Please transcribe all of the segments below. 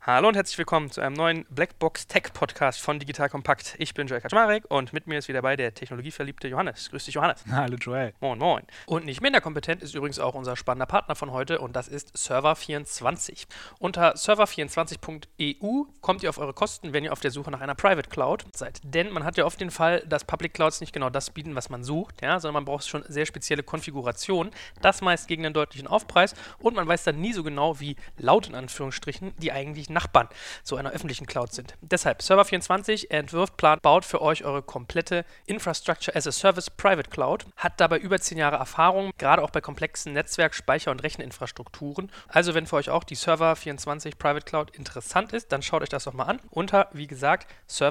Hallo und herzlich willkommen zu einem neuen Blackbox Tech Podcast von Digital Kompakt. Ich bin Joel Kaczmarek und mit mir ist wieder dabei der technologieverliebte Johannes. Grüß dich, Johannes. Hallo Joel. Moin, moin. Und nicht minder kompetent ist übrigens auch unser spannender Partner von heute und das ist Server24. Unter server24.eu kommt ihr auf eure Kosten, wenn ihr auf der Suche nach einer Private Cloud seid. Denn man hat ja oft den Fall, dass Public Clouds nicht genau das bieten, was man sucht, ja, sondern man braucht schon sehr spezielle Konfigurationen. Das meist gegen einen deutlichen Aufpreis und man weiß dann nie so genau, wie laut in Anführungsstrichen die eigentlich Nachbarn so einer öffentlichen Cloud sind. Deshalb Server24 entwirft, plant, baut für euch eure komplette Infrastructure as a Service Private Cloud, hat dabei über 10 Jahre Erfahrung, gerade auch bei komplexen Netzwerk-, Speicher- und Recheninfrastrukturen. Also wenn für euch auch die Server24 Private Cloud interessant ist, dann schaut euch das doch mal an unter, wie gesagt,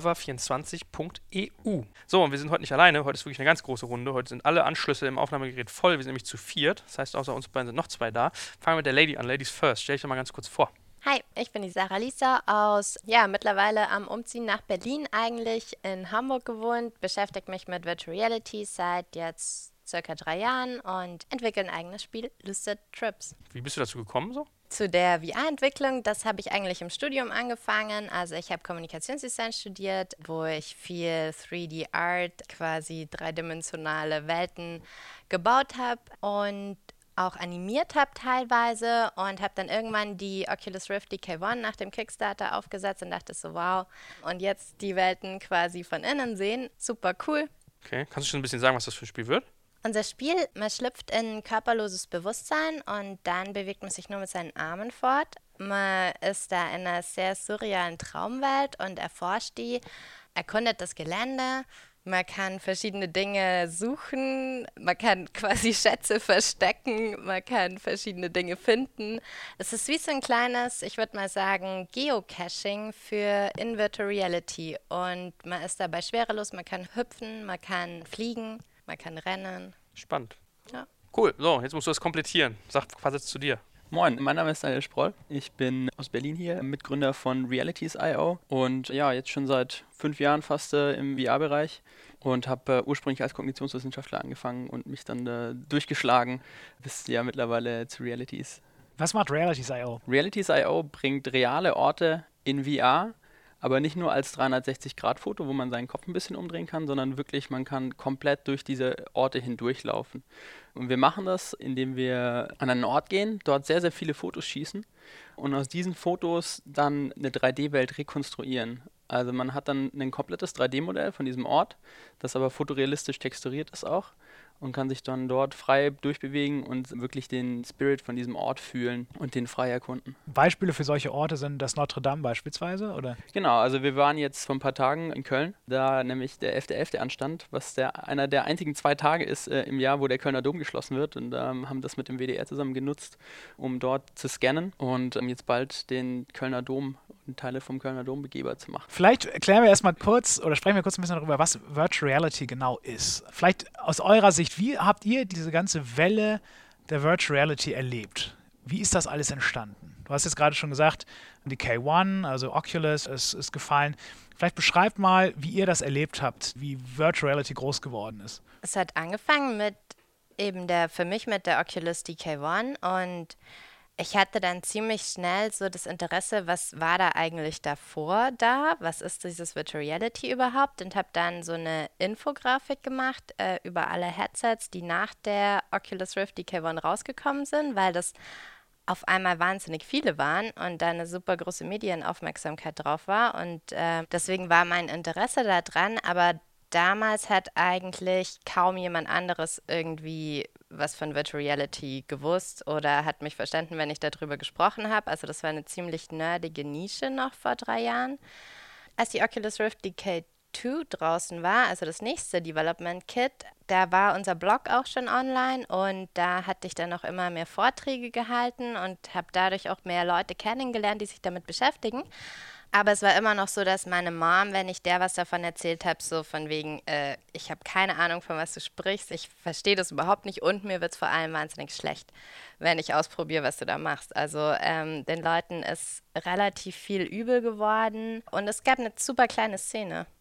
server24.eu. So, und wir sind heute nicht alleine, heute ist wirklich eine ganz große Runde. Heute sind alle Anschlüsse im Aufnahmegerät voll, wir sind nämlich zu viert. Das heißt, außer uns beiden sind noch 2 da. Fangen wir mit der Lady an. Ladies first. Stell dich doch mal ganz kurz vor. Hi, ich bin die Sarah Lisa aus, mittlerweile am Umziehen nach Berlin eigentlich, in Hamburg gewohnt, beschäftige mich mit Virtual Reality seit jetzt circa 3 Jahren und entwickle ein eigenes Spiel, Lucid Trips. Wie bist du dazu gekommen so? Zu der VR-Entwicklung, das habe ich eigentlich im Studium angefangen. Also ich habe Kommunikationsdesign studiert, wo ich viel 3D-Art, quasi dreidimensionale Welten gebaut habe und auch animiert habe teilweise und habe dann irgendwann die Oculus Rift DK1 nach dem Kickstarter aufgesetzt und dachte so, wow, und jetzt die Welten quasi von innen sehen, super cool. Okay, kannst du schon ein bisschen sagen, was das für ein Spiel wird? Unser Spiel, man schlüpft in körperloses Bewusstsein und dann bewegt man sich nur mit seinen Armen fort. Man ist da in einer sehr surrealen Traumwelt und erforscht die, erkundet das Gelände. Man kann verschiedene Dinge suchen, man kann quasi Schätze verstecken, man kann verschiedene Dinge finden. Es ist wie so ein kleines, ich würde mal sagen, Geocaching für in Virtual Reality. Und man ist dabei schwerelos, man kann hüpfen, man kann fliegen, man kann rennen. Spannend. Ja. Cool, so, jetzt musst du das komplettieren. Sag was jetzt zu dir. Moin, mein Name ist Daniel Sproll. Ich bin aus Berlin hier, Mitgründer von Realities.io und ja, jetzt schon seit 5 Jahren fast im VR-Bereich und habe ursprünglich als Kognitionswissenschaftler angefangen und mich dann durchgeschlagen bis ja mittlerweile zu Realities. Was macht Realities.io? Realities.io bringt reale Orte in VR, aber nicht nur als 360-Grad-Foto, wo man seinen Kopf ein bisschen umdrehen kann, sondern wirklich, man kann komplett durch diese Orte hindurchlaufen. Und wir machen das, indem wir an einen Ort gehen, dort sehr, sehr viele Fotos schießen und aus diesen Fotos dann eine 3D-Welt rekonstruieren. Also man hat dann ein komplettes 3D-Modell von diesem Ort, das aber fotorealistisch texturiert ist auch und kann sich dann dort frei durchbewegen und wirklich den Spirit von diesem Ort fühlen und den frei erkunden. Beispiele für solche Orte sind das Notre Dame beispielsweise, oder? Genau, also wir waren jetzt vor ein paar Tagen in Köln, da nämlich der 11.11. anstand, was einer der einzigen 2 Tage ist im Jahr, wo der Kölner Dom geschlossen wird und haben das mit dem WDR zusammen genutzt, um dort zu scannen und jetzt bald den Kölner Dom und Teile vom Kölner Dom begehbar zu machen. Vielleicht erklären wir erstmal kurz oder sprechen wir kurz ein bisschen darüber, was Virtual Reality genau ist. Vielleicht aus eurer Sicht, wie habt ihr diese ganze Welle der Virtual Reality erlebt? Wie ist das alles entstanden? Du hast jetzt gerade schon gesagt, die K1, also Oculus, ist gefallen. Vielleicht beschreibt mal, wie ihr das erlebt habt, wie Virtual Reality groß geworden ist. Es hat angefangen mit eben für mich mit der Oculus DK1 und ich hatte dann ziemlich schnell so das Interesse, was war da eigentlich davor da? Was ist dieses Virtual Reality überhaupt? Und habe dann so eine Infografik gemacht über alle Headsets, die nach der Oculus Rift DK1 rausgekommen sind, weil das auf einmal wahnsinnig viele waren und da eine super große Medienaufmerksamkeit drauf war. Und deswegen war mein Interesse da dran, aber damals hat eigentlich kaum jemand anderes irgendwie was von Virtual Reality gewusst oder hat mich verstanden, wenn ich darüber gesprochen habe. Also das war eine ziemlich nerdige Nische noch vor 3 Jahren. Als die Oculus Rift DK2 draußen war, also das nächste Development Kit, da war unser Blog auch schon online und da hatte ich dann auch immer mehr Vorträge gehalten und habe dadurch auch mehr Leute kennengelernt, die sich damit beschäftigen. Aber es war immer noch so, dass meine Mom, wenn ich der was davon erzählt habe, so von wegen, ich habe keine Ahnung, von was du sprichst, ich verstehe das überhaupt nicht und mir wird es vor allem wahnsinnig schlecht, wenn ich ausprobiere, was du da machst. Also den Leuten ist relativ viel übel geworden und es gab eine super kleine Szene.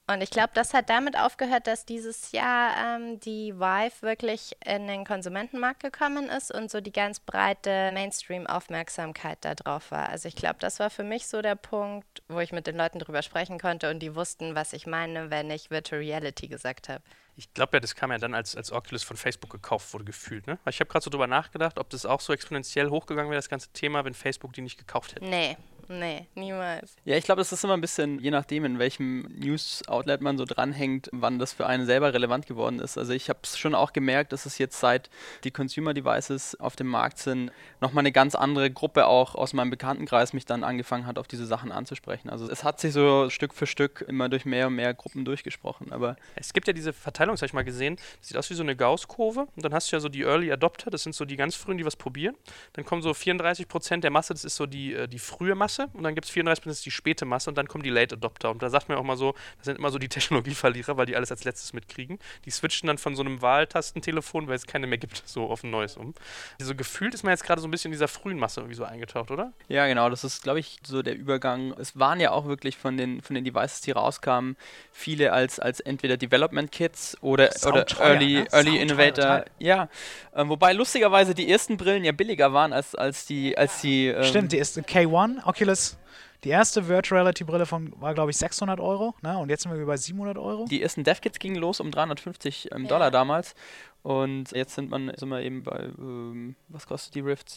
Und ich glaube, das hat damit aufgehört, dass dieses Jahr die Vive wirklich in den Konsumentenmarkt gekommen ist und so die ganz breite Mainstream-Aufmerksamkeit da drauf war. Also ich glaube, das war für mich so der Punkt, wo ich mit den Leuten drüber sprechen konnte und die wussten, was ich meine, wenn ich Virtual Reality gesagt habe. Ich glaube ja, das kam ja dann, als Oculus von Facebook gekauft wurde, gefühlt, ne? Weil ich habe gerade so drüber nachgedacht, ob das auch so exponentiell hochgegangen wäre, das ganze Thema, wenn Facebook die nicht gekauft hätte. Nee, niemals. Ja, ich glaube, es ist immer ein bisschen, je nachdem, in welchem News-Outlet man so dranhängt, wann das für einen selber relevant geworden ist. Also ich habe es schon auch gemerkt, dass es jetzt, seit die Consumer-Devices auf dem Markt sind, nochmal eine ganz andere Gruppe auch aus meinem Bekanntenkreis mich dann angefangen hat, auf diese Sachen anzusprechen. Also es hat sich so Stück für Stück immer durch mehr und mehr Gruppen durchgesprochen. Aber es gibt ja diese Verteilung, das habe ich mal gesehen, das sieht aus wie so eine Gauss-Kurve und dann hast du ja so die Early Adopter, das sind so die ganz frühen, die was probieren. Dann kommen so 34% der Masse, das ist so die frühe Masse. Und dann gibt es 34%, das ist die späte Masse und dann kommen die Late Adopter. Und da sagt man auch mal so, das sind immer so die Technologieverlierer, weil die alles als letztes mitkriegen. Die switchen dann von so einem Wahltastentelefon, weil es keine mehr gibt, so auf ein neues um. So gefühlt ist man jetzt gerade so ein bisschen in dieser frühen Masse irgendwie so eingetaucht, oder? ja, genau, das ist, glaube ich, so der Übergang. Es waren ja auch wirklich von den Devices, die rauskamen, viele als entweder Development Kits oder Early Innovator. Total. Ja, wobei lustigerweise die ersten Brillen ja billiger waren als die Stimmt, die ist K1, Oculus. Die erste Virtual Reality Brille war, glaube ich, 600 Euro. Ne? Und jetzt sind wir bei 700 Euro. Die ersten Dev-Kits gingen los um 350 Dollar damals. Und jetzt sind wir eben bei, was kostet die Rift?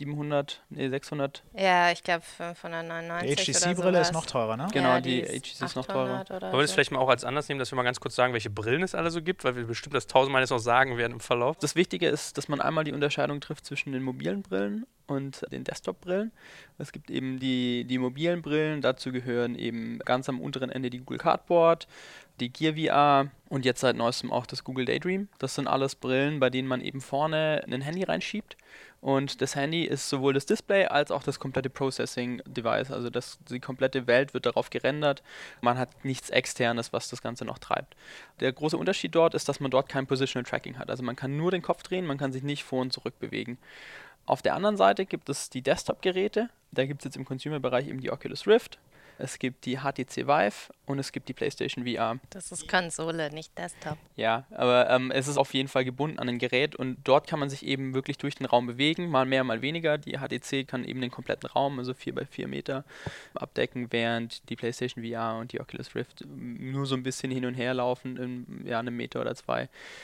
600? Ja, ich glaube 599 Die oder HTC-Brille sowas. ist noch teurer, ne? Genau, Ja, die ist HTC ist noch teurer. 800 oder Wollen wir das so. vielleicht mal auch als Anlass nehmen, dass wir mal ganz kurz sagen, welche Brillen es alle so gibt, weil wir bestimmt das tausendmal jetzt noch sagen werden im Verlauf. Das Wichtige ist, dass man einmal die Unterscheidung trifft zwischen den mobilen Brillen und den Desktop-Brillen. Es gibt eben die mobilen Brillen, dazu gehören eben ganz am unteren Ende die Google Cardboard, die Gear VR und jetzt seit neuestem auch das Google Daydream. Das sind alles Brillen, bei denen man eben vorne ein Handy reinschiebt. Und das Handy ist sowohl das Display als auch das komplette Processing-Device. Also die komplette Welt wird darauf gerendert. Man hat nichts Externes, was das Ganze noch treibt. Der große Unterschied dort ist, dass man dort kein Positional Tracking hat. Also man kann nur den Kopf drehen, man kann sich nicht vor und zurück bewegen. Auf der anderen Seite gibt es die Desktop-Geräte. Da gibt es jetzt im Consumer-Bereich eben die Oculus Rift. Es gibt die HTC Vive und es gibt die PlayStation VR. Das ist Konsole, nicht Desktop. Ja, aber es ist auf jeden Fall gebunden an ein Gerät und dort kann man sich eben wirklich durch den Raum bewegen, mal mehr, mal weniger. Die HTC kann eben den kompletten Raum, also 4x4 Meter, abdecken, während die PlayStation VR und die Oculus Rift nur so ein bisschen hin und her laufen, in einem Meter oder zwei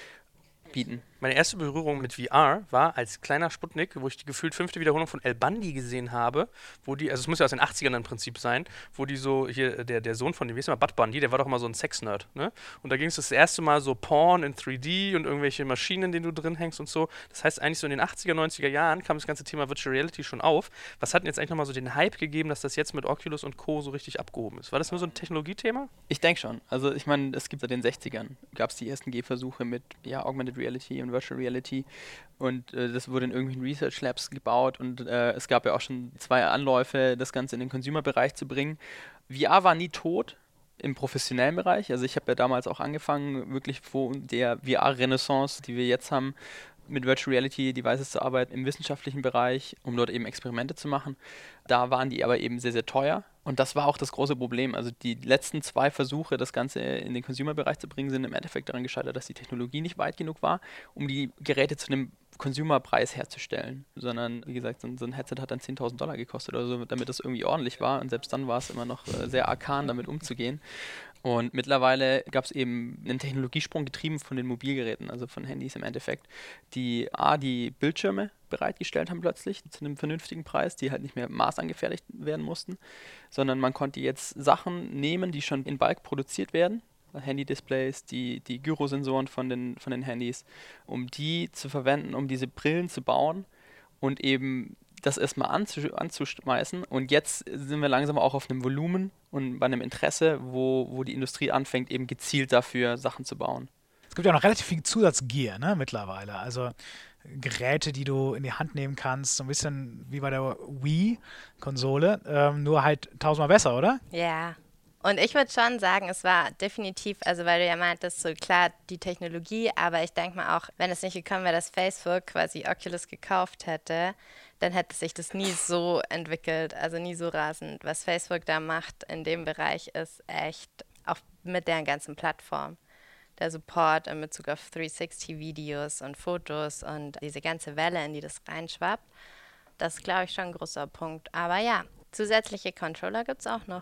bieten. Meine erste Berührung mit VR war als kleiner Sputnik, wo ich die gefühlt 5. Wiederholung von El Bandi gesehen habe, also es muss ja aus den 80ern im Prinzip sein, wo die so, hier, der Sohn von dem, wie ist der, Bud Bundy, der war doch immer so ein Sex-Nerd, ne? Und da ging es das erste Mal so Porn in 3D und irgendwelche Maschinen, in denen du drin hängst und so. Das heißt, eigentlich so in den 80er, 90er Jahren kam das ganze Thema Virtual Reality schon auf. Was hat denn jetzt eigentlich nochmal so den Hype gegeben, dass das jetzt mit Oculus und Co. so richtig abgehoben ist? War das nur so ein Technologiethema? Ich denke schon. Also ich meine, es gibt seit den 60ern, gab es die ersten Gehversuche mit Augmented Reality und Virtual Reality und das wurde in irgendwelchen Research Labs gebaut und es gab ja auch schon 2 Anläufe, das Ganze in den Consumer-Bereich zu bringen. VR war nie tot im professionellen Bereich, also ich habe ja damals auch angefangen, wirklich vor der VR-Renaissance, die wir jetzt haben, mit Virtual Reality Devices zu arbeiten im wissenschaftlichen Bereich, um dort eben Experimente zu machen. Da waren die aber eben sehr, sehr teuer. Und das war auch das große Problem. Also die letzten 2 Versuche, das Ganze in den Consumer-Bereich zu bringen, sind im Endeffekt daran gescheitert, dass die Technologie nicht weit genug war, um die Geräte zu einem Consumer-Preis herzustellen. Sondern, wie gesagt, so ein Headset hat dann $10.000 gekostet oder so, damit das irgendwie ordentlich war. Und selbst dann war es immer noch sehr arkan, damit umzugehen. Und mittlerweile gab es eben einen Technologiesprung getrieben von den Mobilgeräten, also von Handys im Endeffekt, die Bildschirme bereitgestellt haben plötzlich zu einem vernünftigen Preis, die halt nicht mehr maßangefertigt werden mussten, sondern man konnte jetzt Sachen nehmen, die schon in Bulk produziert werden, Handy-Displays, die Gyrosensoren von den Handys, um die zu verwenden, um diese Brillen zu bauen und eben das erstmal anzuschmeißen. Und jetzt sind wir langsam auch auf einem Volumen und bei einem Interesse, wo die Industrie anfängt, eben gezielt dafür Sachen zu bauen. Es gibt ja noch relativ viel Zusatzgear, ne, mittlerweile. Also Geräte, die du in die Hand nehmen kannst, so ein bisschen wie bei der Wii-Konsole, nur halt 1000-mal besser, oder? Ja. Und ich würde schon sagen, es war definitiv, also weil du ja meintest, so klar die Technologie, aber ich denke mal auch, wenn es nicht gekommen wäre, dass Facebook quasi Oculus gekauft hätte, dann hätte sich das nie so entwickelt, also nie so rasend. Was Facebook da macht in dem Bereich ist echt auch mit deren ganzen Plattform. Der Support in Bezug auf 360-Videos und Fotos und diese ganze Welle, in die das reinschwappt, das ist, glaube ich, schon ein großer Punkt. Aber ja, zusätzliche Controller gibt es auch noch.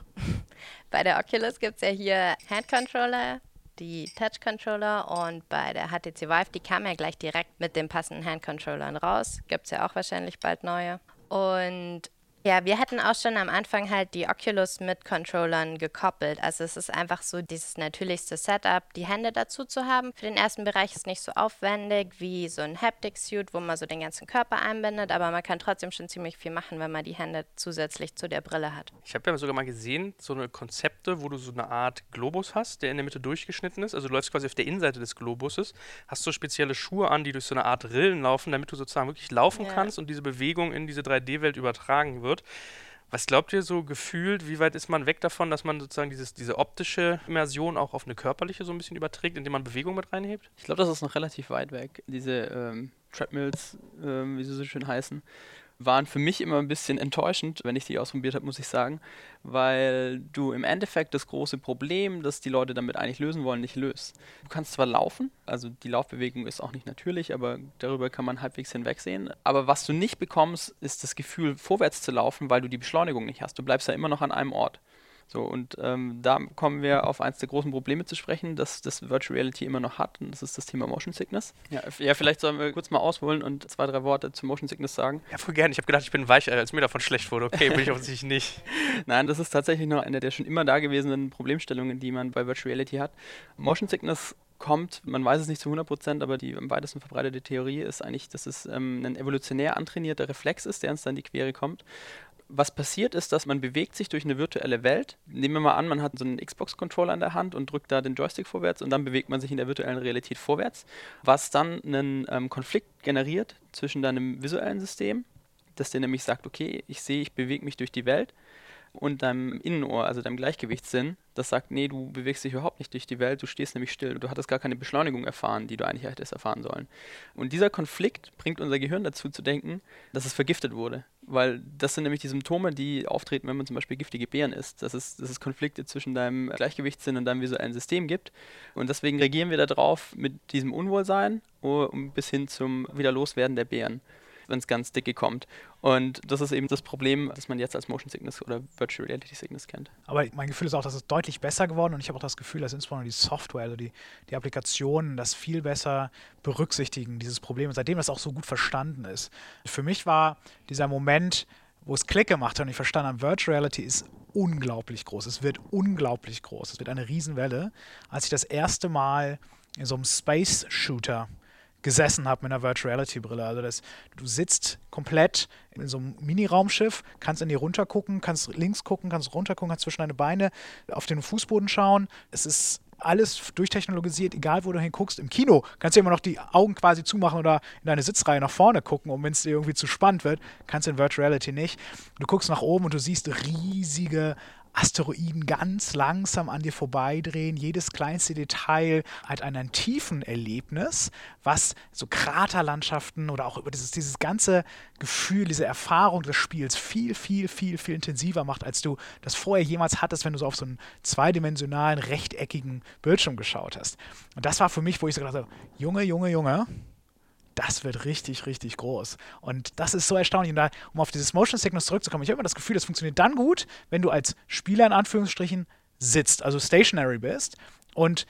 Bei der Oculus gibt es ja hier Hand-Controller, die Touch-Controller, und bei der HTC Vive, die kamen ja gleich direkt mit den passenden Hand-Controllern raus. Gibt es ja auch wahrscheinlich bald neue. Und ja, wir hatten auch schon am Anfang halt die Oculus mit Controllern gekoppelt. Also es ist einfach so dieses natürlichste Setup, die Hände dazu zu haben. Für den ersten Bereich ist nicht so aufwendig wie so ein Haptic-Suit, wo man so den ganzen Körper einbindet, aber man kann trotzdem schon ziemlich viel machen, wenn man die Hände zusätzlich zu der Brille hat. Ich habe ja sogar mal gesehen, so eine Konzepte, wo du so eine Art Globus hast, der in der Mitte durchgeschnitten ist. Also du läufst quasi auf der Innenseite des Globuses, hast so spezielle Schuhe an, die durch so eine Art Rillen laufen, damit du sozusagen wirklich laufen kannst und diese Bewegung in diese 3D-Welt übertragen wird. Was glaubt ihr so gefühlt, wie weit ist man weg davon, dass man sozusagen diese optische Immersion auch auf eine körperliche so ein bisschen überträgt, indem man Bewegung mit reinhebt? Ich glaube, das ist noch relativ weit weg. Diese Treadmills, wie sie so schön heißen, waren für mich immer ein bisschen enttäuschend, wenn ich die ausprobiert habe, muss ich sagen, weil du im Endeffekt das große Problem, das die Leute damit eigentlich lösen wollen, nicht löst. Du kannst zwar laufen, also die Laufbewegung ist auch nicht natürlich, aber darüber kann man halbwegs hinwegsehen. Aber was du nicht bekommst, ist das Gefühl, vorwärts zu laufen, weil du die Beschleunigung nicht hast. Du bleibst ja immer noch an einem Ort. So, und da kommen wir auf eins der großen Probleme zu sprechen, dass das Virtual Reality immer noch hat, und das ist das Thema Motion Sickness. Ja, vielleicht sollen wir kurz mal ausholen und 2, 3 Worte zu Motion Sickness sagen. Ja, voll gerne. Ich habe gedacht, ich bin ein Weicheier, als mir davon schlecht wurde. Okay, bin ich offensichtlich nicht. Nein, das ist tatsächlich noch eine der schon immer da gewesenen Problemstellungen, die man bei Virtual Reality hat. Motion Sickness kommt, man weiß es nicht zu 100%, aber die am weitesten verbreitete Theorie ist eigentlich, dass es ein evolutionär antrainierter Reflex ist, der uns dann in die Quere kommt. Was passiert ist, dass man bewegt sich durch eine virtuelle Welt. Nehmen wir mal an, man hat so einen Xbox-Controller in der Hand und drückt da den Joystick vorwärts und dann bewegt man sich in der virtuellen Realität vorwärts, was dann einen Konflikt generiert zwischen deinem visuellen System, das dir nämlich sagt, okay, ich sehe, ich bewege mich durch die Welt, und deinem Innenohr, also deinem Gleichgewichtssinn, das sagt, nee, du bewegst dich überhaupt nicht durch die Welt, du stehst nämlich still, du hattest gar keine Beschleunigung erfahren, die du eigentlich hättest erfahren sollen. Und dieser Konflikt bringt unser Gehirn dazu zu denken, dass es vergiftet wurde, weil das sind nämlich die Symptome, die auftreten, wenn man zum Beispiel giftige Beeren isst, dass es Konflikte zwischen deinem Gleichgewichtssinn und deinem visuellen System gibt, und deswegen reagieren wir darauf mit diesem Unwohlsein bis hin zum Wiederloswerden der Beeren, wenn es ganz dicke kommt. Und das ist eben das Problem, das man jetzt als Motion Sickness oder Virtual Reality Sickness kennt. Aber mein Gefühl ist auch, dass es deutlich besser geworden, und ich habe auch das Gefühl, dass insbesondere die Software, also die Applikationen, das viel besser berücksichtigen, dieses Problem, seitdem das auch so gut verstanden ist. Für mich war dieser Moment, wo es Klick gemacht hat und ich verstanden habe, Virtual Reality ist unglaublich groß. Es wird unglaublich groß. Es wird eine Riesenwelle. Als ich das erste Mal in so einem Space-Shooter gesessen habe mit einer Virtual Reality Brille. Also du sitzt komplett in so einem Mini-Raumschiff, kannst in die runter gucken, kannst links gucken, kannst runter gucken, kannst zwischen deine Beine auf den Fußboden schauen. Es ist alles durchtechnologisiert, egal wo du hinguckst. Im Kino kannst du immer noch die Augen quasi zumachen oder in deine Sitzreihe nach vorne gucken, und wenn es dir irgendwie zu spannend wird, kannst du in Virtual Reality nicht. Du guckst nach oben und du siehst riesige Asteroiden ganz langsam an dir vorbeidrehen, jedes kleinste Detail hat ein Tiefenerlebnis, was so Kraterlandschaften oder auch über dieses ganze Gefühl, diese Erfahrung des Spiels viel, viel, viel, viel intensiver macht, als du das vorher jemals hattest, wenn du so auf so einen zweidimensionalen, rechteckigen Bildschirm geschaut hast. Und das war für mich, wo ich so gedacht habe, Junge, das wird richtig, richtig groß. Und das ist so erstaunlich. Und da, um auf dieses Motion Sickness zurückzukommen, ich habe immer das Gefühl, das funktioniert dann gut, wenn du als Spieler in Anführungsstrichen sitzt, also stationary bist und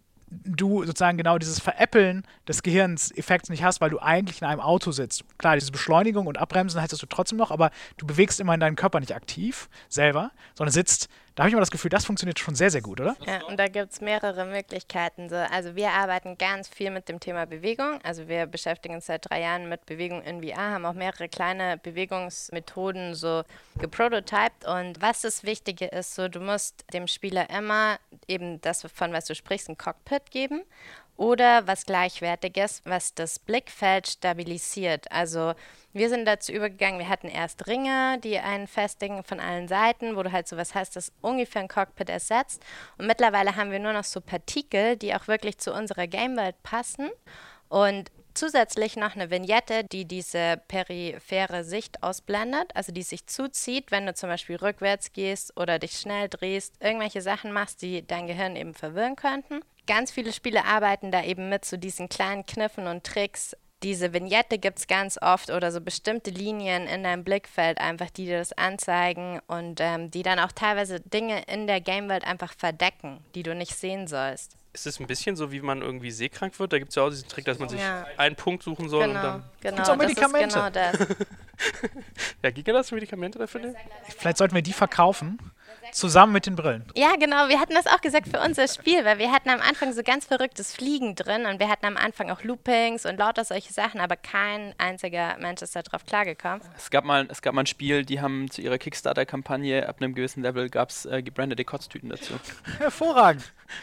du sozusagen genau dieses Veräppeln des Gehirns-Effekts nicht hast, weil du eigentlich in einem Auto sitzt. Klar, diese Beschleunigung und Abbremsen hättest du trotzdem noch, aber du bewegst immerhin deinen Körper nicht aktiv selber, sondern sitzt. Da habe ich immer das Gefühl, das funktioniert schon sehr, sehr gut, oder? Ja, und da gibt es mehrere Möglichkeiten. Also wir arbeiten ganz viel mit dem Thema Bewegung. Also wir beschäftigen uns seit 3 Jahren mit Bewegung in VR, haben auch mehrere kleine Bewegungsmethoden so geprototyped. Und was das Wichtige ist, so du musst dem Spieler immer eben das, von was du sprichst, ein Cockpit geben. Oder was Gleichwertiges, was das Blickfeld stabilisiert. Also wir sind dazu übergegangen, wir hatten erst Ringe, die einen festigen von allen Seiten, wo du halt sowas hast, das ungefähr ein Cockpit ersetzt. Und mittlerweile haben wir nur noch so Partikel, die auch wirklich zu unserer Gamewelt passen. Und zusätzlich noch eine Vignette, die diese periphere Sicht ausblendet, also die sich zuzieht, wenn du zum Beispiel rückwärts gehst oder dich schnell drehst, irgendwelche Sachen machst, die dein Gehirn eben verwirren könnten. Ganz viele Spiele arbeiten da eben mit so diesen kleinen Kniffen und Tricks. Diese Vignette gibt es ganz oft oder so bestimmte Linien in deinem Blickfeld einfach, die dir das anzeigen und die dann auch teilweise Dinge in der Gamewelt einfach verdecken, die du nicht sehen sollst. Ist es ein bisschen so, wie man irgendwie seekrank wird? Da gibt es ja auch diesen Trick, dass man sich einen Punkt suchen soll und dann... Gibt's auch Medikamente? Das ist genau das. Ja, ginge das Medikamente dafür? Vielleicht sollten wir die verkaufen, zusammen mit den Brillen. Ja, genau. Wir hatten das auch gesagt für unser Spiel, weil wir hatten am Anfang so ganz verrücktes Fliegen drin und wir hatten am Anfang auch Loopings und lauter solche Sachen, aber kein einziger Mensch ist da drauf klargekommen. Es gab mal ein Spiel, die haben zu ihrer Kickstarter-Kampagne ab einem gewissen Level gab es gebrandete Kotztüten dazu. Hervorragend.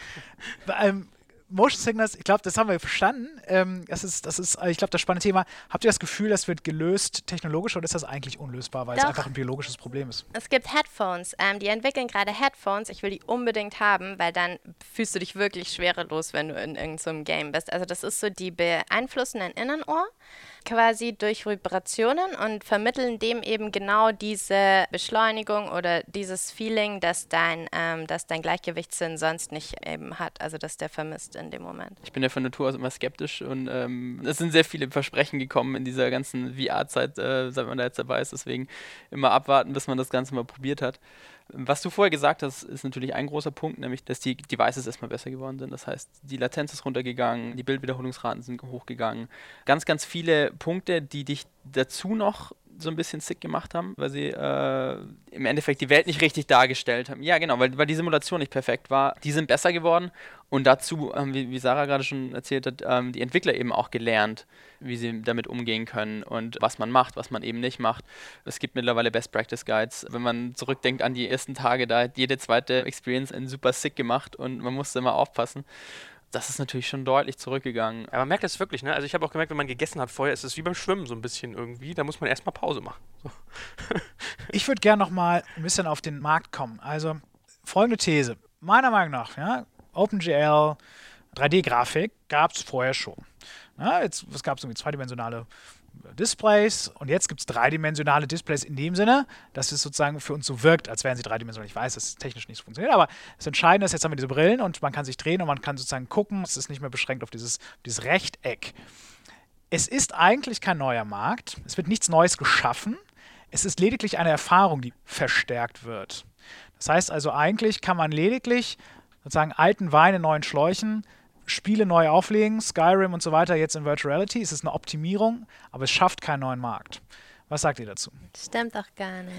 Motion Sickness, ich glaube, das haben wir verstanden. Das ist, ich glaube, das spannende Thema. Habt ihr das Gefühl, das wird gelöst technologisch oder ist das eigentlich unlösbar, weil es einfach ein biologisches Problem ist? Es gibt Headphones. Die entwickeln gerade Headphones. Ich will die unbedingt haben, weil dann fühlst du dich wirklich schwerelos, wenn du in irgendeinem so Game bist. Also das ist so, die beeinflussen dein Innenohr quasi durch Vibrationen und vermitteln dem eben genau diese Beschleunigung oder dieses Feeling, dass dein Gleichgewichtssinn sonst nicht eben hat, also dass der vermisst in dem Moment. Ich bin ja von Natur aus immer skeptisch und es sind sehr viele Versprechen gekommen in dieser ganzen VR-Zeit, seit man da jetzt dabei ist, deswegen immer abwarten, bis man das Ganze mal probiert hat. Was du vorher gesagt hast, ist natürlich ein großer Punkt, nämlich, dass die Devices erstmal besser geworden sind. Das heißt, die Latenz ist runtergegangen, die Bildwiederholungsraten sind hochgegangen. Ganz, ganz viele Punkte, die dich dazu noch so ein bisschen sick gemacht haben, weil sie im Endeffekt die Welt nicht richtig dargestellt haben. Ja, genau, weil die Simulation nicht perfekt war. Die sind besser geworden und dazu, wie Sarah gerade schon erzählt hat, die Entwickler eben auch gelernt, wie sie damit umgehen können und was man macht, was man eben nicht macht. Es gibt mittlerweile Best Practice Guides. Wenn man zurückdenkt an die ersten Tage, da hat jede zweite Experience einen super sick gemacht und man musste immer aufpassen. Das ist natürlich schon deutlich zurückgegangen. Ja, man merkt das wirklich, ne? Also ich habe auch gemerkt, wenn man gegessen hat vorher, ist es wie beim Schwimmen so ein bisschen irgendwie. Da muss man erstmal Pause machen. So. Ich würde gerne noch mal ein bisschen auf den Markt kommen. Also folgende These. Meiner Meinung nach, ja, OpenGL, 3D-Grafik gab es vorher schon. Ja, es gab irgendwie zweidimensionale Displays und jetzt gibt es dreidimensionale Displays in dem Sinne, dass es sozusagen für uns so wirkt, als wären sie dreidimensional. Ich weiß, dass es technisch nicht so funktioniert, aber das Entscheidende ist, jetzt haben wir diese Brillen und man kann sich drehen und man kann sozusagen gucken, es ist nicht mehr beschränkt auf dieses Rechteck. Es ist eigentlich kein neuer Markt, es wird nichts Neues geschaffen, es ist lediglich eine Erfahrung, die verstärkt wird. Das heißt also, eigentlich kann man lediglich sozusagen alten Wein in neuen Schläuchen Spiele neu auflegen, Skyrim und so weiter, jetzt in Virtual Reality. Es ist eine Optimierung, aber es schafft keinen neuen Markt. Was sagt ihr dazu? Stimmt doch gar nicht.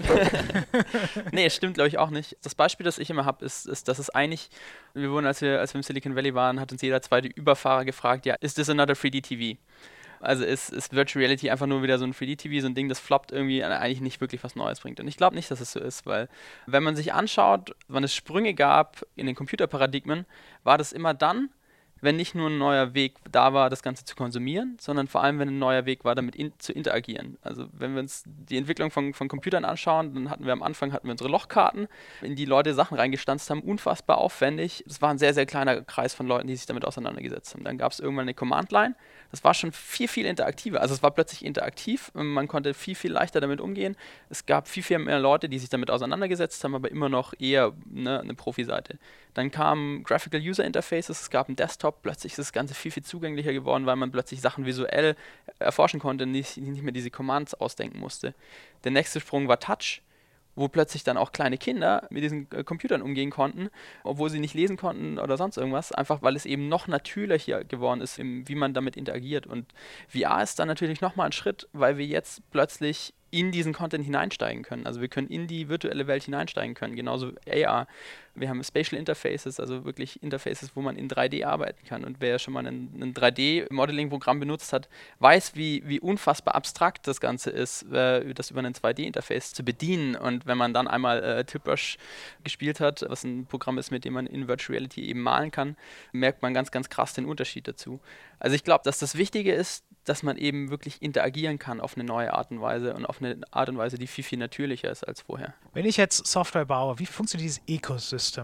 Nee, es stimmt, glaube ich, auch nicht. Das Beispiel, das ich immer habe, ist, dass es eigentlich, wir wurden, als wir im Silicon Valley waren, hat uns jeder zweite Überfahrer gefragt, ja, is this another 3D-TV? Also ist Virtual Reality einfach nur wieder so ein 3D-TV, so ein Ding, das floppt irgendwie eigentlich nicht wirklich was Neues bringt. Und ich glaube nicht, dass es so ist, weil wenn man sich anschaut, wann es Sprünge gab in den Computerparadigmen, war das immer dann, wenn nicht nur ein neuer Weg da war, das Ganze zu konsumieren, sondern vor allem, wenn ein neuer Weg war, damit zu interagieren. Also wenn wir uns die Entwicklung von Computern anschauen, dann hatten wir am Anfang unsere Lochkarten, in die Leute Sachen reingestanzt haben, unfassbar aufwendig. Es war ein sehr, sehr kleiner Kreis von Leuten, die sich damit auseinandergesetzt haben. Dann gab es irgendwann eine Command-Line, das war schon viel, viel interaktiver. Also es war plötzlich interaktiv, man konnte viel, viel leichter damit umgehen. Es gab viel, viel mehr Leute, die sich damit auseinandergesetzt haben, aber immer noch eher eine Profi-Seite. Dann kamen Graphical User Interfaces, es gab einen Desktop, plötzlich ist das Ganze viel, viel zugänglicher geworden, weil man plötzlich Sachen visuell erforschen konnte und nicht mehr diese Commands ausdenken musste. Der nächste Sprung war Touch, wo plötzlich dann auch kleine Kinder mit diesen Computern umgehen konnten, obwohl sie nicht lesen konnten oder sonst irgendwas, einfach weil es eben noch natürlicher geworden ist, wie man damit interagiert. Und VR ist dann natürlich nochmal ein Schritt, weil wir jetzt plötzlich in diesen Content hineinsteigen können. Also wir können in die virtuelle Welt hineinsteigen können, genauso AR. Wir haben Spatial Interfaces, also wirklich Interfaces, wo man in 3D arbeiten kann. Und wer schon mal ein 3D-Modeling-Programm benutzt hat, weiß, wie unfassbar abstrakt das Ganze ist, das über ein 2D-Interface zu bedienen. Und wenn man dann einmal Tipbrush gespielt hat, was ein Programm ist, mit dem man in Virtual Reality eben malen kann, merkt man ganz, ganz krass den Unterschied dazu. Also ich glaube, dass das Wichtige ist, dass man eben wirklich interagieren kann auf eine neue Art und Weise und auf eine Art und Weise, die viel, viel natürlicher ist als vorher. Wenn ich jetzt Software baue, wie funktioniert dieses Ecosystem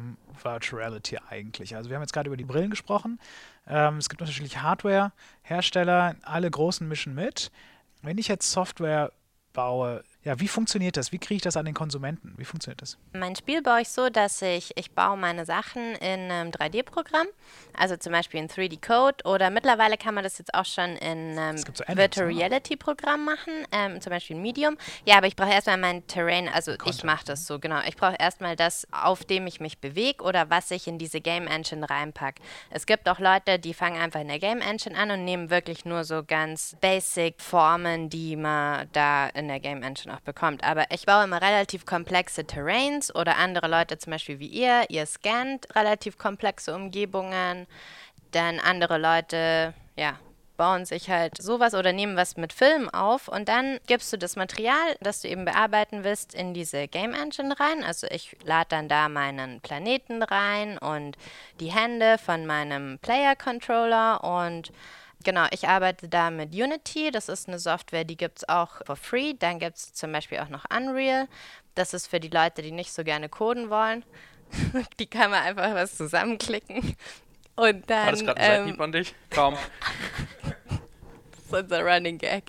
Virtual Reality eigentlich? Also wir haben jetzt gerade über die Brillen gesprochen. Es gibt unterschiedliche Hardware-Hersteller, alle großen mischen mit. Wenn ich jetzt Software baue, ja, wie funktioniert das? Wie kriege ich das an den Konsumenten? Wie funktioniert das? Mein Spiel baue ich so, dass ich baue meine Sachen in einem 3D-Programm, also zum Beispiel in 3D-Code oder mittlerweile kann man das jetzt auch schon in einem Es gibt so Engines, Virtual ne? Reality-Programm machen, zum Beispiel in Medium. Ja, aber ich brauche erstmal mein Terrain, also ich Content, mache das so, genau. Ich brauche erstmal das, auf dem ich mich bewege oder was ich in diese Game Engine reinpacke. Es gibt auch Leute, die fangen einfach in der Game Engine an und nehmen wirklich nur so ganz basic Formen, die man da in der Game Engine auch bekommt. Aber ich baue immer relativ komplexe Terrains oder andere Leute zum Beispiel wie ihr scannt relativ komplexe Umgebungen, dann andere Leute, ja, bauen sich halt sowas oder nehmen was mit Film auf und dann gibst du das Material, das du eben bearbeiten willst, in diese Game Engine rein. Also ich lade dann da meinen Planeten rein und die Hände von meinem Player Controller und genau, ich arbeite da mit Unity. Das ist eine Software, die gibt es auch for free. Dann gibt es zum Beispiel auch noch Unreal. Das ist für die Leute, die nicht so gerne coden wollen. Die kann man einfach was zusammenklicken. Und dann. War das gerade ein Seitenhieb an dich? Kaum. Das ist unser Running Gag.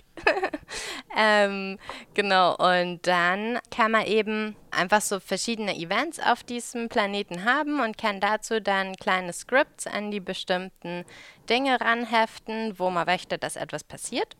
Genau, und dann kann man eben einfach so verschiedene Events auf diesem Planeten haben und kann dazu dann kleine Scripts an die bestimmten Dinge ranheften, wo man möchte, dass etwas passiert.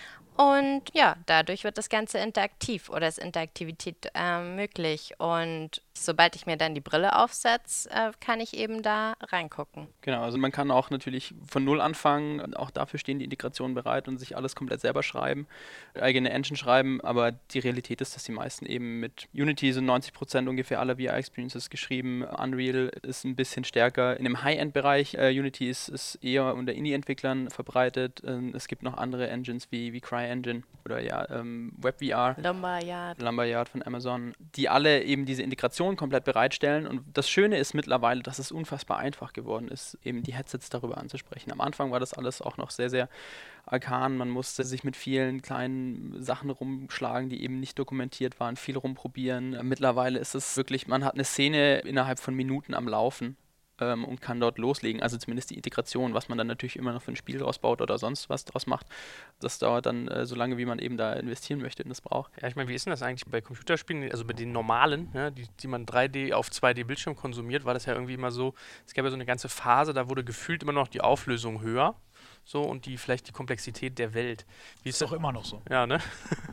Und ja, dadurch wird das Ganze interaktiv oder ist Interaktivität möglich. Und sobald ich mir dann die Brille aufsetze, kann ich eben da reingucken. Genau, also man kann auch natürlich von Null anfangen, auch dafür stehen die Integrationen bereit und sich alles komplett selber schreiben, eigene Engine schreiben, aber die Realität ist, dass die meisten eben mit Unity sind 90% ungefähr aller VR-Experiences geschrieben, Unreal ist ein bisschen stärker in dem High-End-Bereich, Unity ist eher unter Indie-Entwicklern verbreitet, es gibt noch andere Engines wie CryEngine oder ja, WebVR. Lumberyard von Amazon, die alle eben diese Integration komplett bereitstellen und das Schöne ist mittlerweile, dass es unfassbar einfach geworden ist, eben die Headsets darüber anzusprechen. Am Anfang war das alles auch noch sehr, sehr arkan, man musste sich mit vielen kleinen Sachen rumschlagen, die eben nicht dokumentiert waren, viel rumprobieren. Mittlerweile ist es wirklich, man hat eine Szene innerhalb von Minuten am Laufen. Und kann dort loslegen, also zumindest die Integration, was man dann natürlich immer noch für ein Spiel draus baut oder sonst was draus macht, das dauert dann so lange, wie man eben da investieren möchte und das braucht. Ja, ich meine, wie ist denn das eigentlich bei Computerspielen, also bei den normalen, ne, die man 3D auf 2D-Bildschirm konsumiert, war das ja irgendwie immer so, es gab ja so eine ganze Phase, da wurde gefühlt immer noch die Auflösung höher, so, und vielleicht die Komplexität der Welt. Wie Ist doch immer noch so. Ja, ne?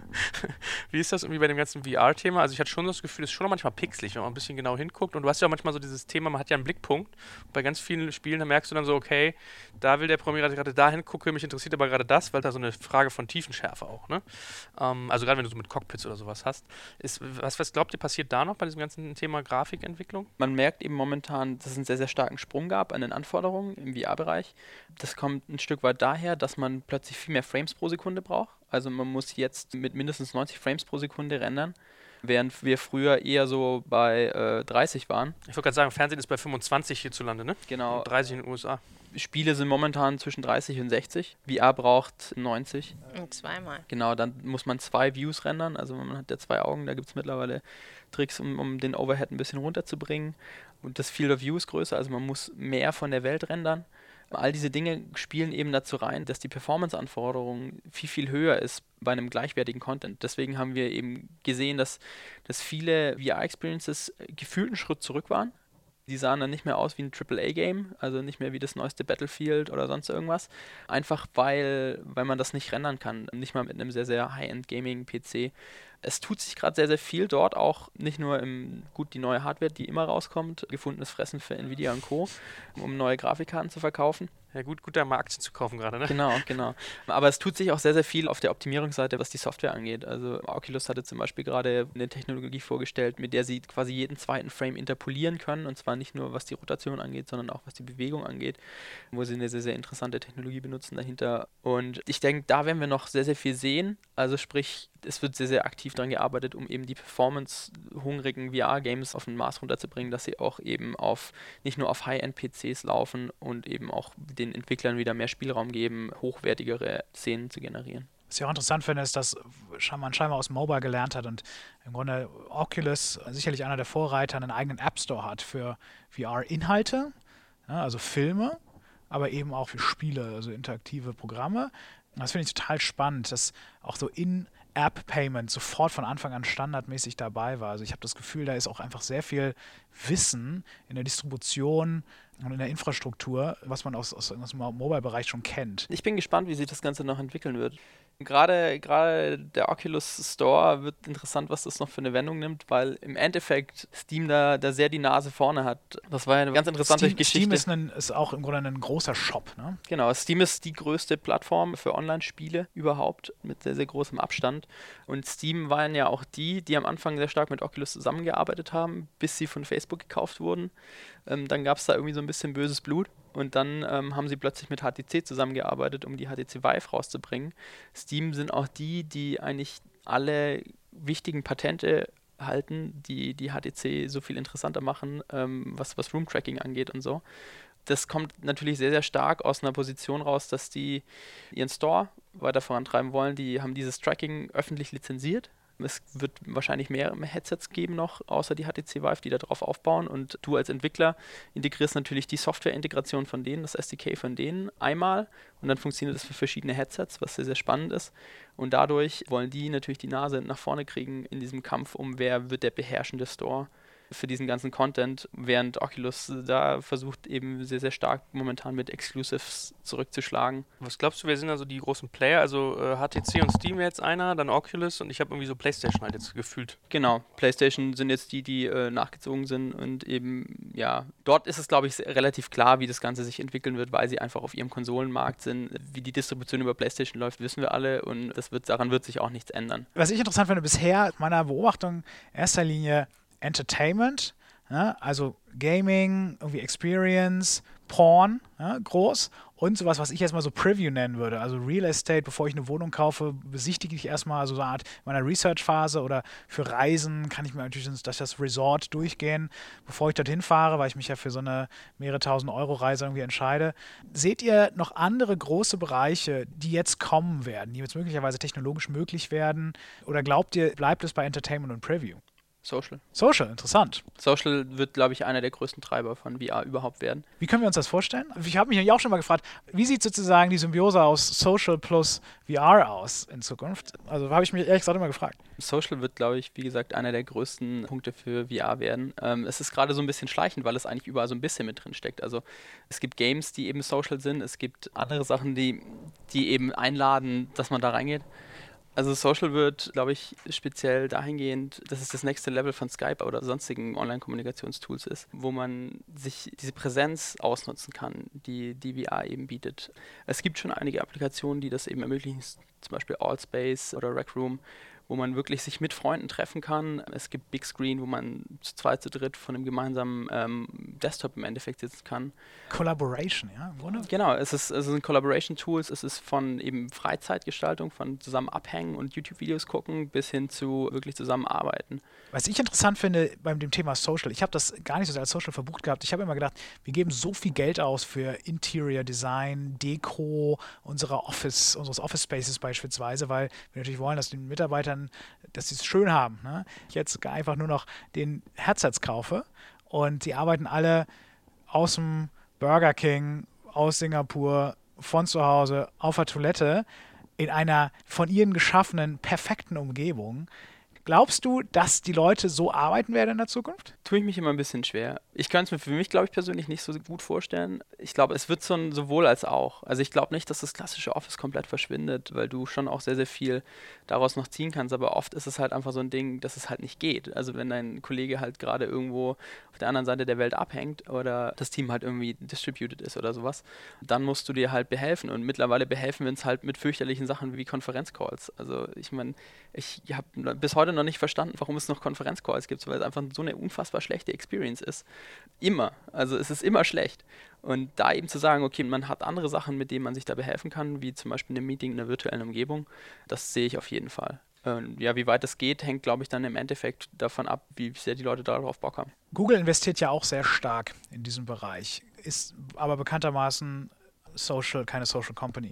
Wie ist das irgendwie bei dem ganzen VR-Thema? Also ich hatte schon das Gefühl, es ist schon noch manchmal pixelig, wenn man ein bisschen genau hinguckt. Und du hast ja auch manchmal so dieses Thema, man hat ja einen Blickpunkt. Und bei ganz vielen Spielen, da merkst du dann so, okay, da will der Programmierer gerade da hingucken, mich interessiert aber gerade das, weil da so eine Frage von Tiefenschärfe auch, ne? Also gerade wenn du so mit Cockpits oder sowas hast. Was glaubt ihr, passiert da noch bei diesem ganzen Thema Grafikentwicklung? Man merkt eben momentan, dass es einen sehr, sehr starken Sprung gab an den Anforderungen im VR-Bereich. Das kommt ein Stück weit daher, dass man plötzlich viel mehr Frames pro Sekunde braucht. Also man muss jetzt mit mindestens 90 Frames pro Sekunde rendern, während wir früher eher so bei 30 waren. Ich wollte gerade sagen, Fernsehen ist bei 25 hierzulande, ne? Genau. Und 30 in den USA. Spiele sind momentan zwischen 30 und 60. VR braucht 90. Und zweimal. Genau, dann muss man 2 Views rendern. Also man hat ja 2 Augen. Da gibt es mittlerweile Tricks, um den Overhead ein bisschen runterzubringen. Und das Field of View ist größer, also man muss mehr von der Welt rendern. All diese Dinge spielen eben dazu rein, dass die Performance-Anforderung viel, viel höher ist bei einem gleichwertigen Content. Deswegen haben wir eben gesehen, dass viele VR-Experiences gefühlt einen Schritt zurück waren. Die sahen dann nicht mehr aus wie ein AAA-Game, also nicht mehr wie das neueste Battlefield oder sonst irgendwas. Einfach weil man das nicht rendern kann. Nicht mal mit einem sehr, sehr High-End-Gaming-PC. Es tut sich gerade sehr, sehr viel dort, auch nicht nur die neue Hardware, die immer rauskommt, gefundenes Fressen für Nvidia und Co., um neue Grafikkarten zu verkaufen. Ja, gut, da mal Aktien zu kaufen gerade, ne? Genau. Aber es tut sich auch sehr, sehr viel auf der Optimierungsseite, was die Software angeht. Also Oculus hatte zum Beispiel gerade eine Technologie vorgestellt, mit der sie quasi jeden zweiten Frame interpolieren können. Und zwar nicht nur, was die Rotation angeht, sondern auch, was die Bewegung angeht, wo sie eine sehr, sehr interessante Technologie benutzen dahinter. Und ich denke, da werden wir noch sehr, sehr viel sehen. Also sprich, es wird sehr, sehr aktiv daran gearbeitet, um eben die performance-hungrigen VR-Games auf ein Maß runterzubringen, dass sie auch eben nicht nur auf High-End-PCs laufen und eben auch den Entwicklern wieder mehr Spielraum geben, hochwertigere Szenen zu generieren. Was ich auch interessant finde, ist, dass man scheinbar aus Mobile gelernt hat und im Grunde Oculus, sicherlich einer der Vorreiter, einen eigenen App Store hat für VR-Inhalte, ja, also Filme, aber eben auch für Spiele, also interaktive Programme. Und das finde ich total spannend, dass auch so In-App-Payment sofort von Anfang an standardmäßig dabei war. Also ich habe das Gefühl, da ist auch einfach sehr viel Wissen in der Distribution und in der Infrastruktur, was man aus dem Mobile-Bereich schon kennt. Ich bin gespannt, wie sich das Ganze noch entwickeln wird. Gerade der Oculus Store wird interessant, was das noch für eine Wendung nimmt, weil im Endeffekt Steam da sehr die Nase vorne hat. Das war ja eine ganz interessante Geschichte. Steam ist auch im Grunde ein großer Shop, ne? Genau, Steam ist die größte Plattform für Online-Spiele überhaupt, mit sehr, sehr großem Abstand. Und Steam waren ja auch die am Anfang sehr stark mit Oculus zusammengearbeitet haben, bis sie von Facebook gekauft wurden. Dann gab es da irgendwie so ein bisschen böses Blut. Und dann haben sie plötzlich mit HTC zusammengearbeitet, um die HTC Vive rauszubringen. Steam sind auch die eigentlich alle wichtigen Patente halten, die HTC so viel interessanter machen, was Room-Tracking angeht und so. Das kommt natürlich sehr, sehr stark aus einer Position raus, dass die ihren Store weiter vorantreiben wollen. Die haben dieses Tracking öffentlich lizenziert. Es wird wahrscheinlich mehr Headsets geben noch, außer die HTC Vive, die da drauf aufbauen. Und du als Entwickler integrierst natürlich die Software-Integration von denen, das SDK von denen einmal. Und dann funktioniert das für verschiedene Headsets, was sehr, sehr spannend ist. Und dadurch wollen die natürlich die Nase nach vorne kriegen in diesem Kampf wer wird der beherrschende Store für diesen ganzen Content, während Oculus da versucht eben sehr, sehr stark momentan mit Exclusives zurückzuschlagen. Was glaubst du, wer sind also die großen Player? Also HTC und Steam wäre jetzt einer, dann Oculus und ich habe irgendwie so PlayStation halt jetzt gefühlt. Genau, PlayStation sind jetzt die nachgezogen sind und eben, ja, dort ist es, glaube ich, relativ klar, wie das Ganze sich entwickeln wird, weil sie einfach auf ihrem Konsolenmarkt sind. Wie die Distribution über PlayStation läuft, wissen wir alle und daran wird sich auch nichts ändern. Was ich interessant finde bisher, meiner Beobachtung, in erster Linie Entertainment, ja, also Gaming, irgendwie Experience, Porn, ja, groß und sowas, was ich jetzt mal so Preview nennen würde. Also Real Estate, bevor ich eine Wohnung kaufe, besichtige ich erstmal so eine Art meiner Research-Phase oder für Reisen kann ich mir natürlich das Resort durchgehen, bevor ich dorthin fahre, weil ich mich ja für so eine mehrere tausend Euro Reise irgendwie entscheide. Seht ihr noch andere große Bereiche, die jetzt kommen werden, die jetzt möglicherweise technologisch möglich werden? Oder glaubt ihr, bleibt es bei Entertainment und Preview? Social, interessant. Social wird, glaube ich, einer der größten Treiber von VR überhaupt werden. Wie können wir uns das vorstellen? Ich habe mich auch schon mal gefragt, wie sieht sozusagen die Symbiose aus Social plus VR aus in Zukunft? Also habe ich mich ehrlich gesagt immer gefragt. Social wird, glaube ich, wie gesagt, einer der größten Punkte für VR werden. Es ist gerade so ein bisschen schleichend, weil es eigentlich überall so ein bisschen mit drin steckt. Also es gibt Games, die eben social sind, es gibt andere Sachen, die eben einladen, dass man da reingeht. Also Social wird, glaube ich, speziell dahingehend, dass es das nächste Level von Skype oder sonstigen Online-Kommunikationstools ist, wo man sich diese Präsenz ausnutzen kann, die VR eben bietet. Es gibt schon einige Applikationen, die das eben ermöglichen, zum Beispiel Allspace oder Rec Room, wo man wirklich sich mit Freunden treffen kann. Es gibt Big Screen, wo man zu zweit, zu dritt von einem gemeinsamen Desktop im Endeffekt sitzen kann. Collaboration, ja, im Grunde? Genau, es sind Collaboration-Tools, es ist von eben Freizeitgestaltung, von zusammen abhängen und YouTube-Videos gucken, bis hin zu wirklich zusammenarbeiten. Was ich interessant finde beim dem Thema Social, ich habe das gar nicht so sehr als Social verbucht gehabt. Ich habe immer gedacht, wir geben so viel Geld aus für Interior Design, Deko, unseres Office Spaces beispielsweise, weil wir natürlich wollen, dass den Mitarbeitern, dass sie es schön haben. Ne? Ich jetzt einfach nur noch den Headsets kaufe und die arbeiten alle aus dem Burger King, aus Singapur, von zu Hause, auf der Toilette, in einer von ihnen geschaffenen, perfekten Umgebung. Glaubst du, dass die Leute so arbeiten werden in der Zukunft? Tue ich mich immer ein bisschen schwer. Ich kann es mir für mich, glaube ich, persönlich nicht so gut vorstellen. Ich glaube, es wird sowohl als auch. Also ich glaube nicht, dass das klassische Office komplett verschwindet, weil du schon auch sehr, sehr viel daraus noch ziehen kannst. Aber oft ist es halt einfach so ein Ding, dass es halt nicht geht. Also wenn dein Kollege halt gerade irgendwo auf der anderen Seite der Welt abhängt oder das Team halt irgendwie distributed ist oder sowas, dann musst du dir halt behelfen. Und mittlerweile behelfen wir uns halt mit fürchterlichen Sachen wie Konferenzcalls. Also ich meine, ich habe bis heute noch nicht verstanden, warum es noch Konferenzcalls gibt, weil es einfach so eine unfassbar schlechte Experience ist. Immer. Also es ist immer schlecht. Und da eben zu sagen, okay, man hat andere Sachen, mit denen man sich da behelfen kann, wie zum Beispiel ein Meeting in einer virtuellen Umgebung, das sehe ich auf jeden Fall. Ja, wie weit das geht, hängt, glaube ich, dann im Endeffekt davon ab, wie sehr die Leute darauf Bock haben. Google investiert ja auch sehr stark in diesem Bereich, ist aber bekanntermaßen keine Social Company.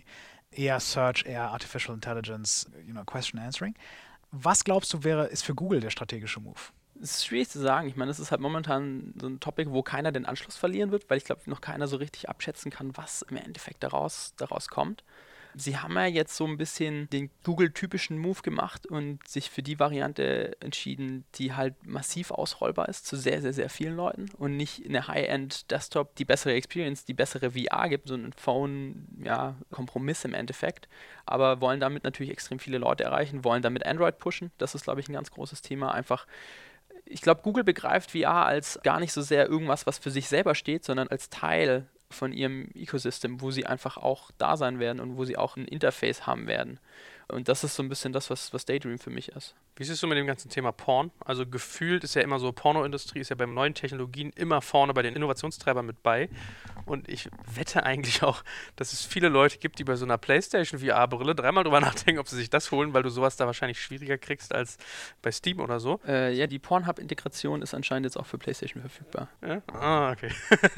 eher Search, eher Artificial Intelligence, Question Answering. Was glaubst du, ist für Google der strategische Move? Es ist schwierig zu sagen. Ich meine, es ist halt momentan so ein Topic, wo keiner den Anschluss verlieren wird, weil ich glaube, noch keiner so richtig abschätzen kann, was im Endeffekt daraus kommt. Sie haben ja jetzt so ein bisschen den Google-typischen Move gemacht und sich für die Variante entschieden, die halt massiv ausrollbar ist zu sehr, sehr, sehr vielen Leuten und nicht eine High-End-Desktop, die bessere Experience, die bessere VR gibt, so ein Phone-Kompromiss im Endeffekt, aber wollen damit natürlich extrem viele Leute erreichen, wollen damit Android pushen. Das ist, glaube ich, ein ganz großes Thema. Einfach, ich glaube, Google begreift VR als gar nicht so sehr irgendwas, was für sich selber steht, sondern als Teil von ihrem Ecosystem, wo sie einfach auch da sein werden und wo sie auch ein Interface haben werden. Und das ist so ein bisschen das, was Daydream für mich ist. Wie siehst du mit dem ganzen Thema Porn? Also gefühlt ist ja immer so, Pornoindustrie ist ja bei neuen Technologien immer vorne bei den Innovationstreibern mit bei. Und ich wette eigentlich auch, dass es viele Leute gibt, die bei so einer PlayStation VR-Brille dreimal drüber nachdenken, ob sie sich das holen, weil du sowas da wahrscheinlich schwieriger kriegst als bei Steam oder so. Ja, die Pornhub-Integration ist anscheinend jetzt auch für PlayStation verfügbar. Ja? Ah, okay.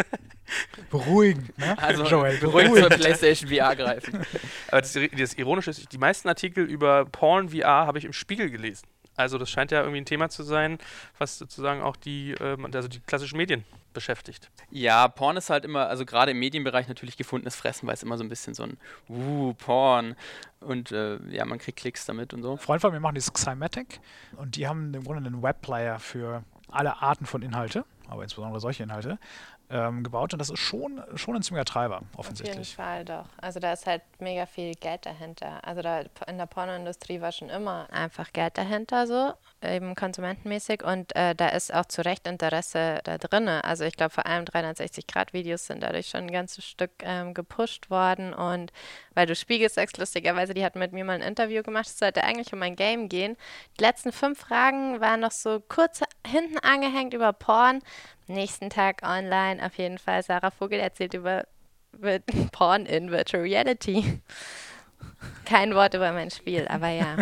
Beruhigend, ne? Also Joel, beruhigt zur PlayStation VR greifen. Aber das Ironische ist, die meisten Artikel über Porn VR habe ich im Spiegel gelesen. Also das scheint ja irgendwie ein Thema zu sein, was sozusagen auch die klassischen Medien beschäftigt. Ja, Porn ist halt immer, also gerade im Medienbereich natürlich gefundenes Fressen, weil es immer so ein bisschen so ein Porn und man kriegt Klicks damit und so. Ein Freund von mir macht dieses Cymatic und die haben im Grunde einen Webplayer für alle Arten von Inhalte, aber insbesondere solche Inhalte, gebaut und das ist schon ein ziemlicher Treiber, offensichtlich. Auf jeden Fall doch. Also da ist halt mega viel Geld dahinter. Also da in der Pornoindustrie war schon immer einfach Geld dahinter, so eben konsumentenmäßig und da ist auch zu Recht Interesse da drin. Also ich glaube vor allem 360-Grad-Videos sind dadurch schon ein ganzes Stück gepusht worden und weil du Spiegel sagst, lustigerweise, die hat mit mir mal ein Interview gemacht, es sollte eigentlich um ein Game gehen. Die letzten 5 Fragen waren noch so kurz hinten angehängt über Porn. Nächsten Tag online auf jeden Fall. Sarah Vogel erzählt über Porn in Virtual Reality. Kein Wort über mein Spiel, aber ja.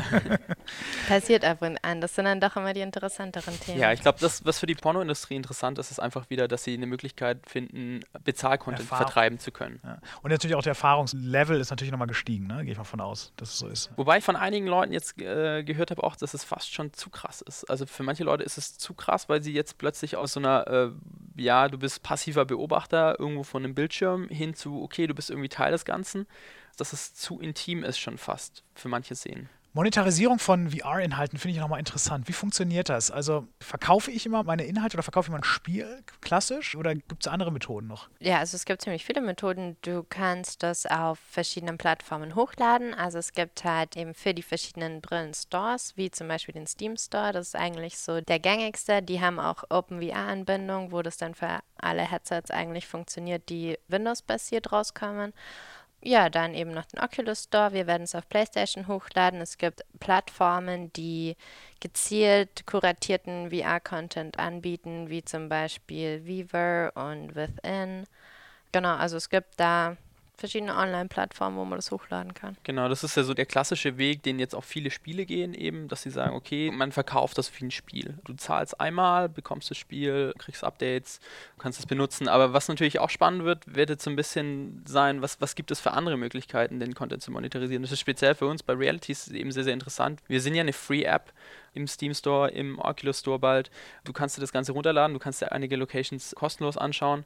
Passiert ab und an. Das sind dann doch immer die interessanteren Themen. Ja, ich glaube, das, was für die Pornoindustrie interessant ist, ist einfach wieder, dass sie eine Möglichkeit finden, Bezahlcontent vertreiben zu können. Ja. Und natürlich auch der Erfahrungslevel ist natürlich nochmal gestiegen, ne? Gehe ich mal von aus, dass es so ist. Wobei ich von einigen Leuten jetzt gehört habe auch, dass es fast schon zu krass ist. Also für manche Leute ist es zu krass, weil sie jetzt plötzlich aus so einer, du bist passiver Beobachter irgendwo von einem Bildschirm hin zu, okay, du bist irgendwie Teil des Ganzen, dass es zu intim ist schon fast für manche Szenen. Monetarisierung von VR-Inhalten finde ich nochmal interessant. Wie funktioniert das? Also verkaufe ich immer meine Inhalte oder verkaufe ich immer ein Spiel klassisch oder gibt es andere Methoden noch? Ja, also es gibt ziemlich viele Methoden. Du kannst das auf verschiedenen Plattformen hochladen. Also es gibt halt eben für die verschiedenen Brillen Stores, wie zum Beispiel den Steam Store. Das ist eigentlich so der gängigste. Die haben auch OpenVR-Anbindung, wo das dann für alle Headsets eigentlich funktioniert, die Windows-basiert rauskommen. Ja, dann eben noch den Oculus Store. Wir werden es auf PlayStation hochladen. Es gibt Plattformen, die gezielt kuratierten VR-Content anbieten, wie zum Beispiel Viver und Within. Genau, also es gibt da verschiedene Online-Plattformen, wo man das hochladen kann. Genau, das ist ja so der klassische Weg, den jetzt auch viele Spiele gehen eben, dass sie sagen, okay, man verkauft das wie ein Spiel. Du zahlst einmal, bekommst das Spiel, kriegst Updates, kannst es benutzen. Aber was natürlich auch spannend wird jetzt so ein bisschen sein, was gibt es für andere Möglichkeiten, den Content zu monetarisieren. Das ist speziell für uns bei Realities eben sehr, sehr interessant. Wir sind ja eine Free-App im Steam Store, im Oculus Store bald. Du kannst dir das Ganze runterladen, du kannst dir einige Locations kostenlos anschauen.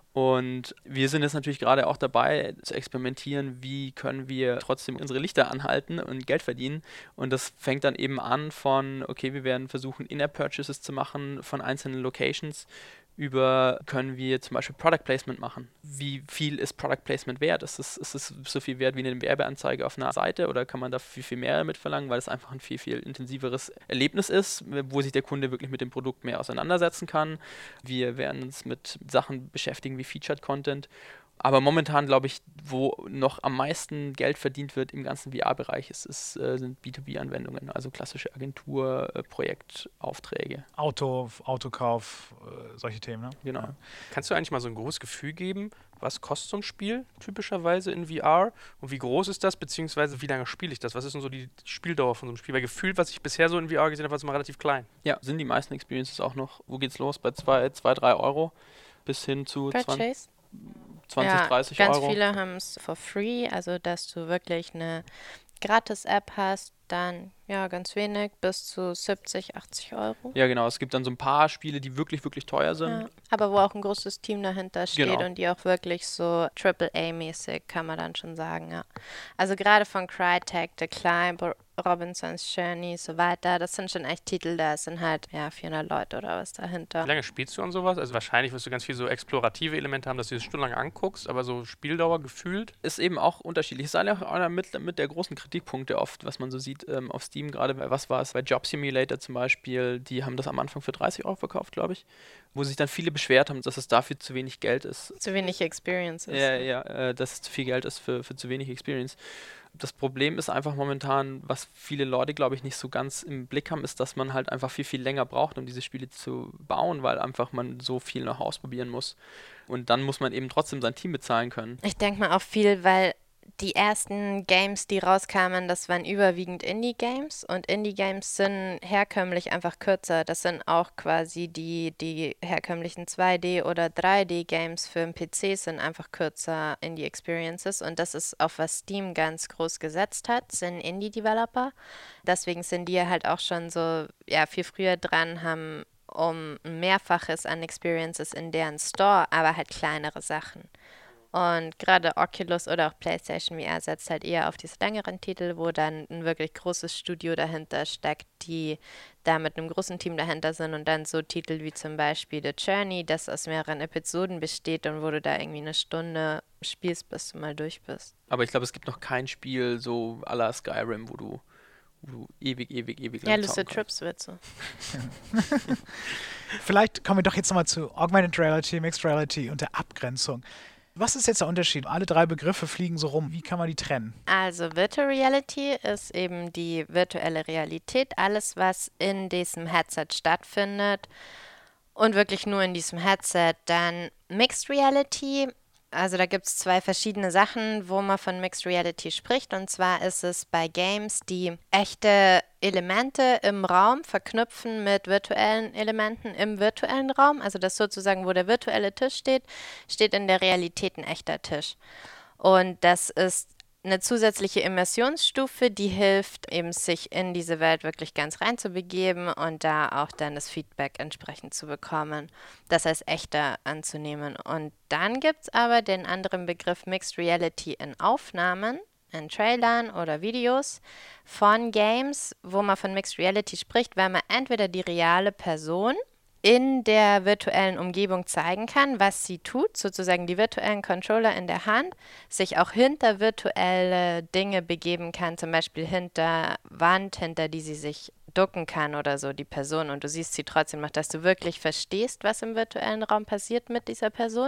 Und wir sind jetzt natürlich gerade auch dabei zu experimentieren, wie können wir trotzdem unsere Lichter anhalten und Geld verdienen. Und das fängt dann eben an von, okay, wir werden versuchen, In-App-Purchases zu machen von einzelnen Locations, über können wir zum Beispiel Product Placement machen. Wie viel ist Product Placement wert? Ist es so viel wert wie eine Werbeanzeige auf einer Seite oder kann man da viel mehr damit verlangen, weil es einfach ein viel, viel intensiveres Erlebnis ist, wo sich der Kunde wirklich mit dem Produkt mehr auseinandersetzen kann. Wir werden uns mit Sachen beschäftigen wie Featured Content. Aber momentan, glaube ich, wo noch am meisten Geld verdient wird im ganzen VR-Bereich, sind B2B-Anwendungen, also klassische Agentur, Projektaufträge. Autokauf, solche Themen, ne? Genau. Ja. Kannst du eigentlich mal so ein großes Gefühl geben, was kostet so ein Spiel typischerweise in VR und wie groß ist das, beziehungsweise wie lange spiele ich das? Was ist denn so die Spieldauer von so einem Spiel? Weil gefühlt, was ich bisher so in VR gesehen habe, war es immer relativ klein. Ja, sind die meisten Experiences auch noch, wo geht's los? Bei 2, 3 Euro bis hin zu 20. 20, ja, 30 ganz Euro. viele haben es for free, also dass du wirklich eine Gratis-App hast, dann ja ganz wenig, bis zu 70, 80 Euro. Ja, genau. Es gibt dann so ein paar Spiele, die wirklich, wirklich teuer sind. Ja, aber wo auch ein großes Team dahinter steht Genau. und die auch wirklich so AAA-mäßig, kann man dann schon sagen, ja. Also gerade von Crytek, The Climb, Robinson's Journey, so weiter, das sind schon echt Titel, da sind halt, ja, 400 Leute oder was dahinter. Wie lange spielst du an sowas? Also wahrscheinlich wirst du ganz viel so explorative Elemente haben, dass du das stundenlang anguckst, aber so Spieldauer gefühlt. Ist eben auch unterschiedlich. Ist eigentlich auch einer mit der großen Kritikpunkte oft, was man so sieht auf Steam gerade. Was war es bei Job Simulator zum Beispiel? Die haben das am Anfang für 30 Euro verkauft, glaube ich. Wo sich dann viele beschwert haben, dass es dafür zu wenig Geld ist. Zu wenig Experiences. Dass es zu viel Geld ist für zu wenig Experience. Das Problem ist einfach momentan, was viele Leute, glaube ich, nicht so ganz im Blick haben, ist, dass man halt einfach viel, viel länger braucht, um diese Spiele zu bauen, weil einfach man so viel noch ausprobieren muss. Und dann muss man eben trotzdem sein Team bezahlen können. Ich denke mal auch viel, weil die ersten Games, die rauskamen, das waren überwiegend Indie-Games und Indie-Games sind herkömmlich einfach kürzer. Das sind auch quasi die herkömmlichen 2D- oder 3D-Games für den PC sind einfach kürzer Indie-Experiences und das ist auf was Steam ganz groß gesetzt hat, sind Indie-Developer. Deswegen sind die halt auch schon so ja, viel früher dran, haben um ein Mehrfaches an Experiences in deren Store, aber halt kleinere Sachen. Und gerade Oculus oder auch PlayStation VR setzt halt eher auf diese längeren Titel, wo dann ein wirklich großes Studio dahinter steckt, die da mit einem großen Team dahinter sind und dann so Titel wie zum Beispiel The Journey, das aus mehreren Episoden besteht und wo du da irgendwie eine Stunde spielst, bis du mal durch bist. Aber ich glaube, es gibt noch kein Spiel so à la Skyrim, wo du ewig Ja, lang Lucid zocken Trips wird so. Vielleicht kommen wir doch jetzt nochmal zu Augmented Reality, Mixed Reality und der Abgrenzung. Was ist jetzt der Unterschied? Alle drei Begriffe fliegen so rum. Wie kann man die trennen? Also Virtual Reality ist eben die virtuelle Realität, alles was in diesem Headset stattfindet und wirklich nur in diesem Headset. Dann Mixed Reality, also da gibt es zwei verschiedene Sachen, wo man von Mixed Reality spricht. Und zwar ist es bei Games, die echte Elemente im Raum verknüpfen mit virtuellen Elementen im virtuellen Raum. Also das sozusagen, wo der virtuelle Tisch steht, steht in der Realität ein echter Tisch. Und das ist eine zusätzliche Immersionsstufe, die hilft, eben sich in diese Welt wirklich ganz reinzubegeben und da auch dann das Feedback entsprechend zu bekommen, das als echter anzunehmen. Und dann gibt es aber den anderen Begriff Mixed Reality in Aufnahmen, in Trailern oder Videos von Games, wo man von Mixed Reality spricht, weil man entweder die reale Person in der virtuellen Umgebung zeigen kann, was sie tut, sozusagen die virtuellen Controller in der Hand, sich auch hinter virtuelle Dinge begeben kann, zum Beispiel hinter Wand, hinter die sie sich ducken kann oder so, die Person, und du siehst sie trotzdem noch, dass du wirklich verstehst, was im virtuellen Raum passiert mit dieser Person.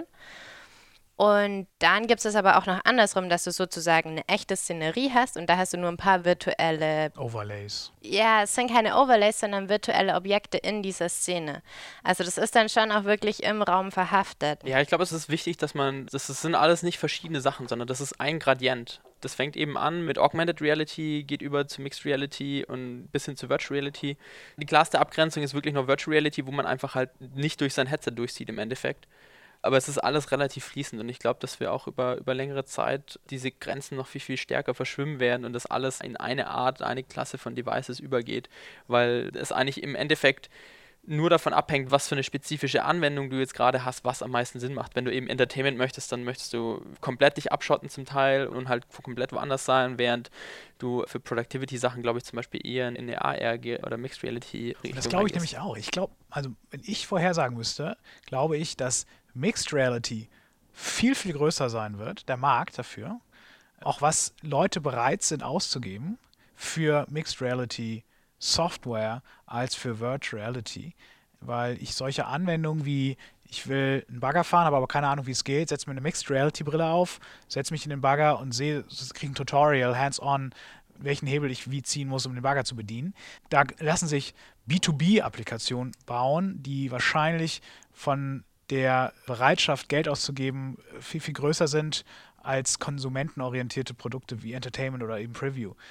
Und dann gibt es aber auch noch andersrum, dass du sozusagen eine echte Szenerie hast und da hast du nur ein paar virtuelle Overlays. Ja, es sind keine Overlays, sondern virtuelle Objekte in dieser Szene. Also das ist dann schon auch wirklich im Raum verhaftet. Ja, ich glaube, es ist wichtig, das sind alles nicht verschiedene Sachen, sondern das ist ein Gradient. Das fängt eben an mit Augmented Reality, geht über zu Mixed Reality und bis hin zu Virtual Reality. Die klarste Abgrenzung ist wirklich nur Virtual Reality, wo man einfach halt nicht durch sein Headset durchzieht im Endeffekt. Aber es ist alles relativ fließend und ich glaube, dass wir auch über längere Zeit diese Grenzen noch viel, viel stärker verschwimmen werden und das alles in eine Art, eine Klasse von Devices übergeht, weil es eigentlich im Endeffekt nur davon abhängt, was für eine spezifische Anwendung du jetzt gerade hast, was am meisten Sinn macht. Wenn du eben Entertainment möchtest, dann möchtest du komplett dich abschotten zum Teil und halt komplett woanders sein, während du für Productivity-Sachen, glaube ich, zum Beispiel eher in eine AR oder Mixed Reality-Richtung. Das glaube ich nämlich auch. Ich glaube, also wenn ich vorhersagen müsste, glaube ich, dass Mixed Reality viel, viel größer sein wird, der Markt dafür, auch was Leute bereit sind auszugeben für Mixed Reality Software als für Virtual Reality, weil ich solche Anwendungen wie, ich will einen Bagger fahren, habe aber keine Ahnung, wie es geht, setze mir eine Mixed Reality Brille auf, setze mich in den Bagger und kriege ein Tutorial, hands-on, welchen Hebel ich wie ziehen muss, um den Bagger zu bedienen. Da lassen sich B2B-Applikationen bauen, die wahrscheinlich von der Bereitschaft, Geld auszugeben, viel, viel größer sind als konsumentenorientierte Produkte wie Entertainment oder eben Preview.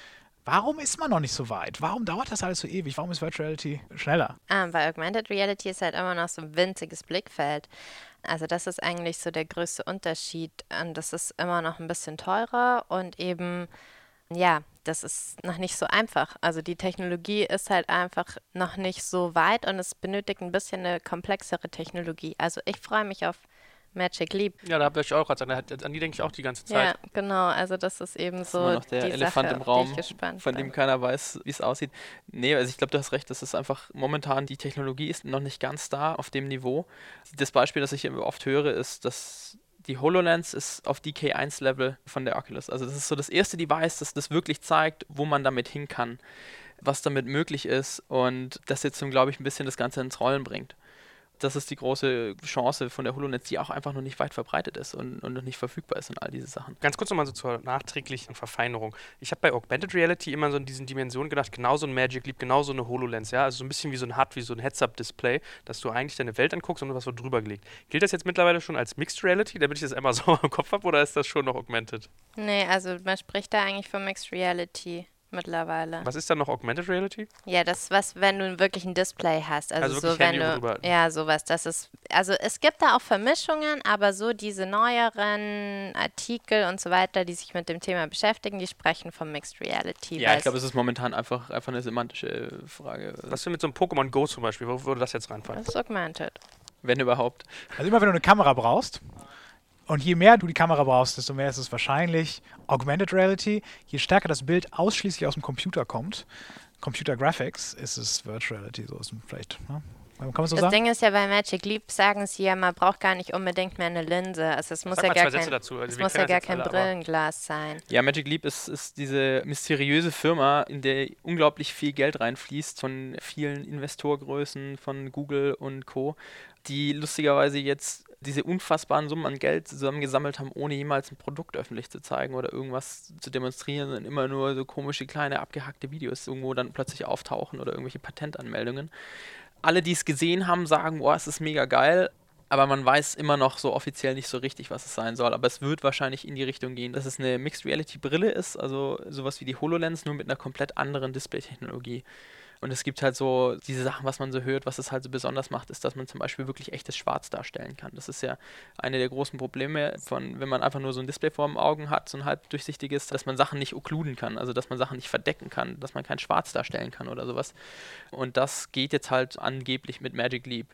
Warum ist man noch nicht so weit? Warum dauert das alles so ewig? Warum ist Virtual Reality schneller? Weil Augmented Reality ist halt immer noch so ein winziges Blickfeld. Also das ist eigentlich so der größte Unterschied. Und das ist immer noch ein bisschen teurer und eben, ja, das ist noch nicht so einfach. Also die Technologie ist halt einfach noch nicht so weit und es benötigt ein bisschen eine komplexere Technologie. Also ich freue mich auf Magic Leap. Ja, da habe ich auch gerade sagen, an die denke ich auch die ganze Zeit. Ja, genau. Also das ist eben Das ist so immer noch der die Elefant Sache, im auf die Raum, ich gespannt von bin. dem keiner weiß, wie es aussieht. Nee, also ich glaube, du hast recht, das ist einfach momentan, die Technologie ist noch nicht ganz da auf dem Niveau. Das Beispiel, das ich oft höre, ist, dass die HoloLens ist auf DK1-Level von der Oculus. Also das ist so das erste Device, das wirklich zeigt, wo man damit hin kann, was damit möglich ist und das jetzt, glaube ich, ein bisschen das Ganze ins Rollen bringt. Das ist die große Chance von der HoloLens, die auch einfach noch nicht weit verbreitet ist und noch nicht verfügbar ist und all diese Sachen. Ganz kurz nochmal so zur nachträglichen Verfeinerung. Ich habe bei Augmented Reality immer so in diesen Dimensionen gedacht, genauso ein Magic Leap, genauso eine HoloLens, ja, also so ein bisschen wie so ein HUD, wie so ein Heads-Up-Display, dass du eigentlich deine Welt anguckst und was wird drüber gelegt. Gilt das jetzt mittlerweile schon als Mixed Reality, damit ich das einmal so im Kopf habe, oder ist das schon noch Augmented? Nee, also man spricht da eigentlich von Mixed Reality mittlerweile. Was ist dann noch Augmented Reality? Ja, das was, wenn du wirklich ein Display hast. Also wirklich so, wenn Handy du. drüber. Ja, sowas. Das ist. Also es gibt da auch Vermischungen, aber so diese neueren Artikel und so weiter, die sich mit dem Thema beschäftigen, die sprechen von Mixed Reality. Ja, ich glaube, es ist momentan einfach eine semantische Frage. Was für mit so einem Pokémon Go zum Beispiel, wo würde das jetzt reinfallen? das ist Augmented. Wenn überhaupt. Also immer wenn du eine Kamera brauchst, und je mehr du die Kamera brauchst, desto mehr ist es wahrscheinlich Augmented Reality. Je stärker das Bild ausschließlich aus dem Computer kommt, Computer Graphics, ist es Virtual Reality. So ist es vielleicht, ne? Kann man so Das sagen? Ding ist ja bei Magic Leap, sagen sie ja, man braucht gar nicht unbedingt mehr eine Linse. Also es muss Sag ja mal gar zwei Sätze kein, dazu. Also es wir muss kennen ja das gar jetzt kein alle, aber- Brillenglas sein. Ja, Magic Leap ist diese mysteriöse Firma, in der unglaublich viel Geld reinfließt von vielen Investorgrößen, von Google und Co., die lustigerweise jetzt diese unfassbaren Summen an Geld zusammengesammelt haben, ohne jemals ein Produkt öffentlich zu zeigen oder irgendwas zu demonstrieren, sondern immer nur so komische, kleine, abgehackte Videos irgendwo dann plötzlich auftauchen oder irgendwelche Patentanmeldungen. Alle, die es gesehen haben, sagen, boah, es ist mega geil, aber man weiß immer noch so offiziell nicht so richtig, was es sein soll. Aber es wird wahrscheinlich in die Richtung gehen, dass es eine Mixed Reality Brille ist, also sowas wie die HoloLens, nur mit einer komplett anderen Display-Technologie. Und es gibt halt so diese Sachen, was man so hört, was es halt so besonders macht, ist, dass man zum Beispiel wirklich echtes Schwarz darstellen kann. Das ist ja eine der großen Probleme von, wenn man einfach nur so ein Display vor den Augen hat, so ein halb durchsichtiges, dass man Sachen nicht okkluden kann, also dass man Sachen nicht verdecken kann, dass man kein Schwarz darstellen kann oder sowas. Und das geht jetzt halt angeblich mit Magic Leap.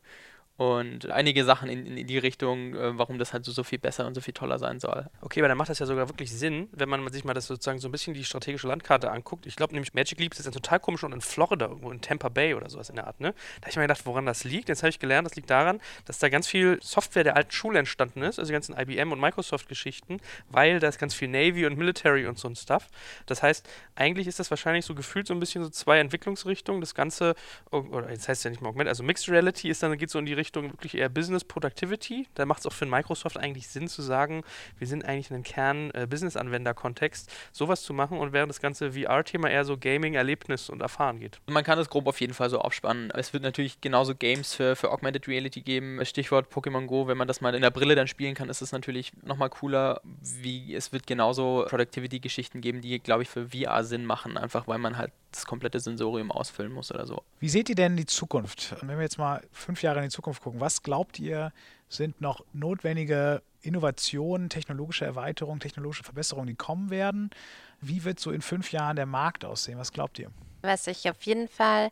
Und einige Sachen in die Richtung, warum das halt so viel besser und so viel toller sein soll. Okay, aber dann macht das ja sogar wirklich Sinn, wenn man sich mal das sozusagen so ein bisschen die strategische Landkarte anguckt. Ich glaube nämlich, Magic Leap ist ein total komisch und in Florida, irgendwo in Tampa Bay oder sowas in der Art, ne? Da habe ich mir gedacht, woran das liegt. Jetzt habe ich gelernt, das liegt daran, dass da ganz viel Software der alten Schule entstanden ist, also die ganzen IBM und Microsoft-Geschichten, weil da ist ganz viel Navy und Military und so ein Stuff. Das heißt, eigentlich ist das wahrscheinlich so gefühlt so ein bisschen so zwei Entwicklungsrichtungen. Das Ganze, oder jetzt heißt es ja nicht mehr Augmented, also Mixed Reality ist dann, geht so in die Richtung wirklich eher Business Productivity. Da macht es auch für Microsoft eigentlich Sinn zu sagen, wir sind eigentlich ein Kern Business-Anwender-Kontext, sowas zu machen und während das ganze VR-Thema eher so Gaming, Erlebnis und Erfahren geht. Man kann das grob auf jeden Fall so aufspannen. Es wird natürlich genauso Games für Augmented Reality geben. Stichwort Pokémon Go, wenn man das mal in der Brille dann spielen kann, ist es natürlich nochmal cooler. Es wird genauso Productivity-Geschichten geben, die, glaube ich, für VR Sinn machen, einfach weil man halt das komplette Sensorium ausfüllen muss oder so. Wie seht ihr denn die Zukunft? Wenn wir jetzt mal 5 Jahre in die Zukunft gucken, was glaubt ihr, sind noch notwendige Innovationen, technologische Erweiterungen, technologische Verbesserungen, die kommen werden? Wie wird so in 5 Jahren der Markt aussehen? Was glaubt ihr? Was ich auf jeden Fall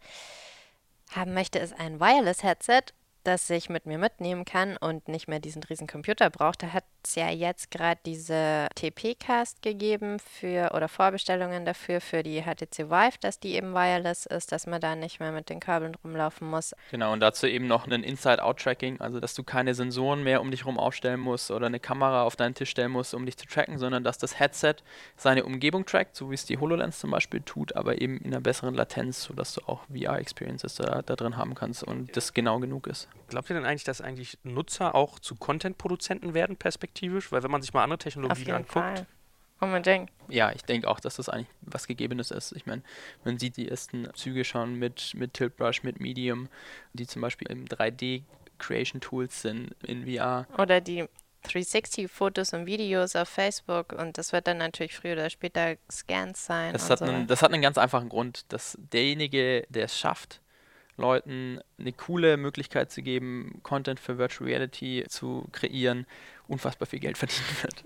haben möchte, ist ein Wireless-Headset, das ich mit mir mitnehmen kann und nicht mehr diesen riesen Computer braucht. Da hat es ja jetzt gerade diese TP-Cast gegeben oder Vorbestellungen dafür für die HTC Vive, dass die eben wireless ist, dass man da nicht mehr mit den Kabeln rumlaufen muss. Genau, und dazu eben noch ein Inside-Out-Tracking, also dass du keine Sensoren mehr um dich herum aufstellen musst oder eine Kamera auf deinen Tisch stellen musst, um dich zu tracken, sondern dass das Headset seine Umgebung trackt, so wie es die HoloLens zum Beispiel tut, aber eben in einer besseren Latenz, sodass du auch VR-Experiences da drin haben kannst und das genau genug ist. Glaubt ihr denn eigentlich, dass eigentlich Nutzer auch zu Content-Produzenten werden, perspektivisch? Weil wenn man sich mal andere Auf Technologien jeden anguckt, Fall. Unbedingt. Ja, ich denke auch, dass das eigentlich was Gegebenes ist. Ich meine, man sieht die ersten Züge schon mit Tiltbrush, mit Medium, die zum Beispiel im 3D-Creation-Tools sind in VR. Oder die 360-Fotos und Videos auf Facebook und das wird dann natürlich früher oder später Scans sein. Das und hat einen ganz einfachen Grund, dass derjenige, der es schafft, Leuten eine coole Möglichkeit zu geben, Content für Virtual Reality zu kreieren, unfassbar viel Geld verdienen wird.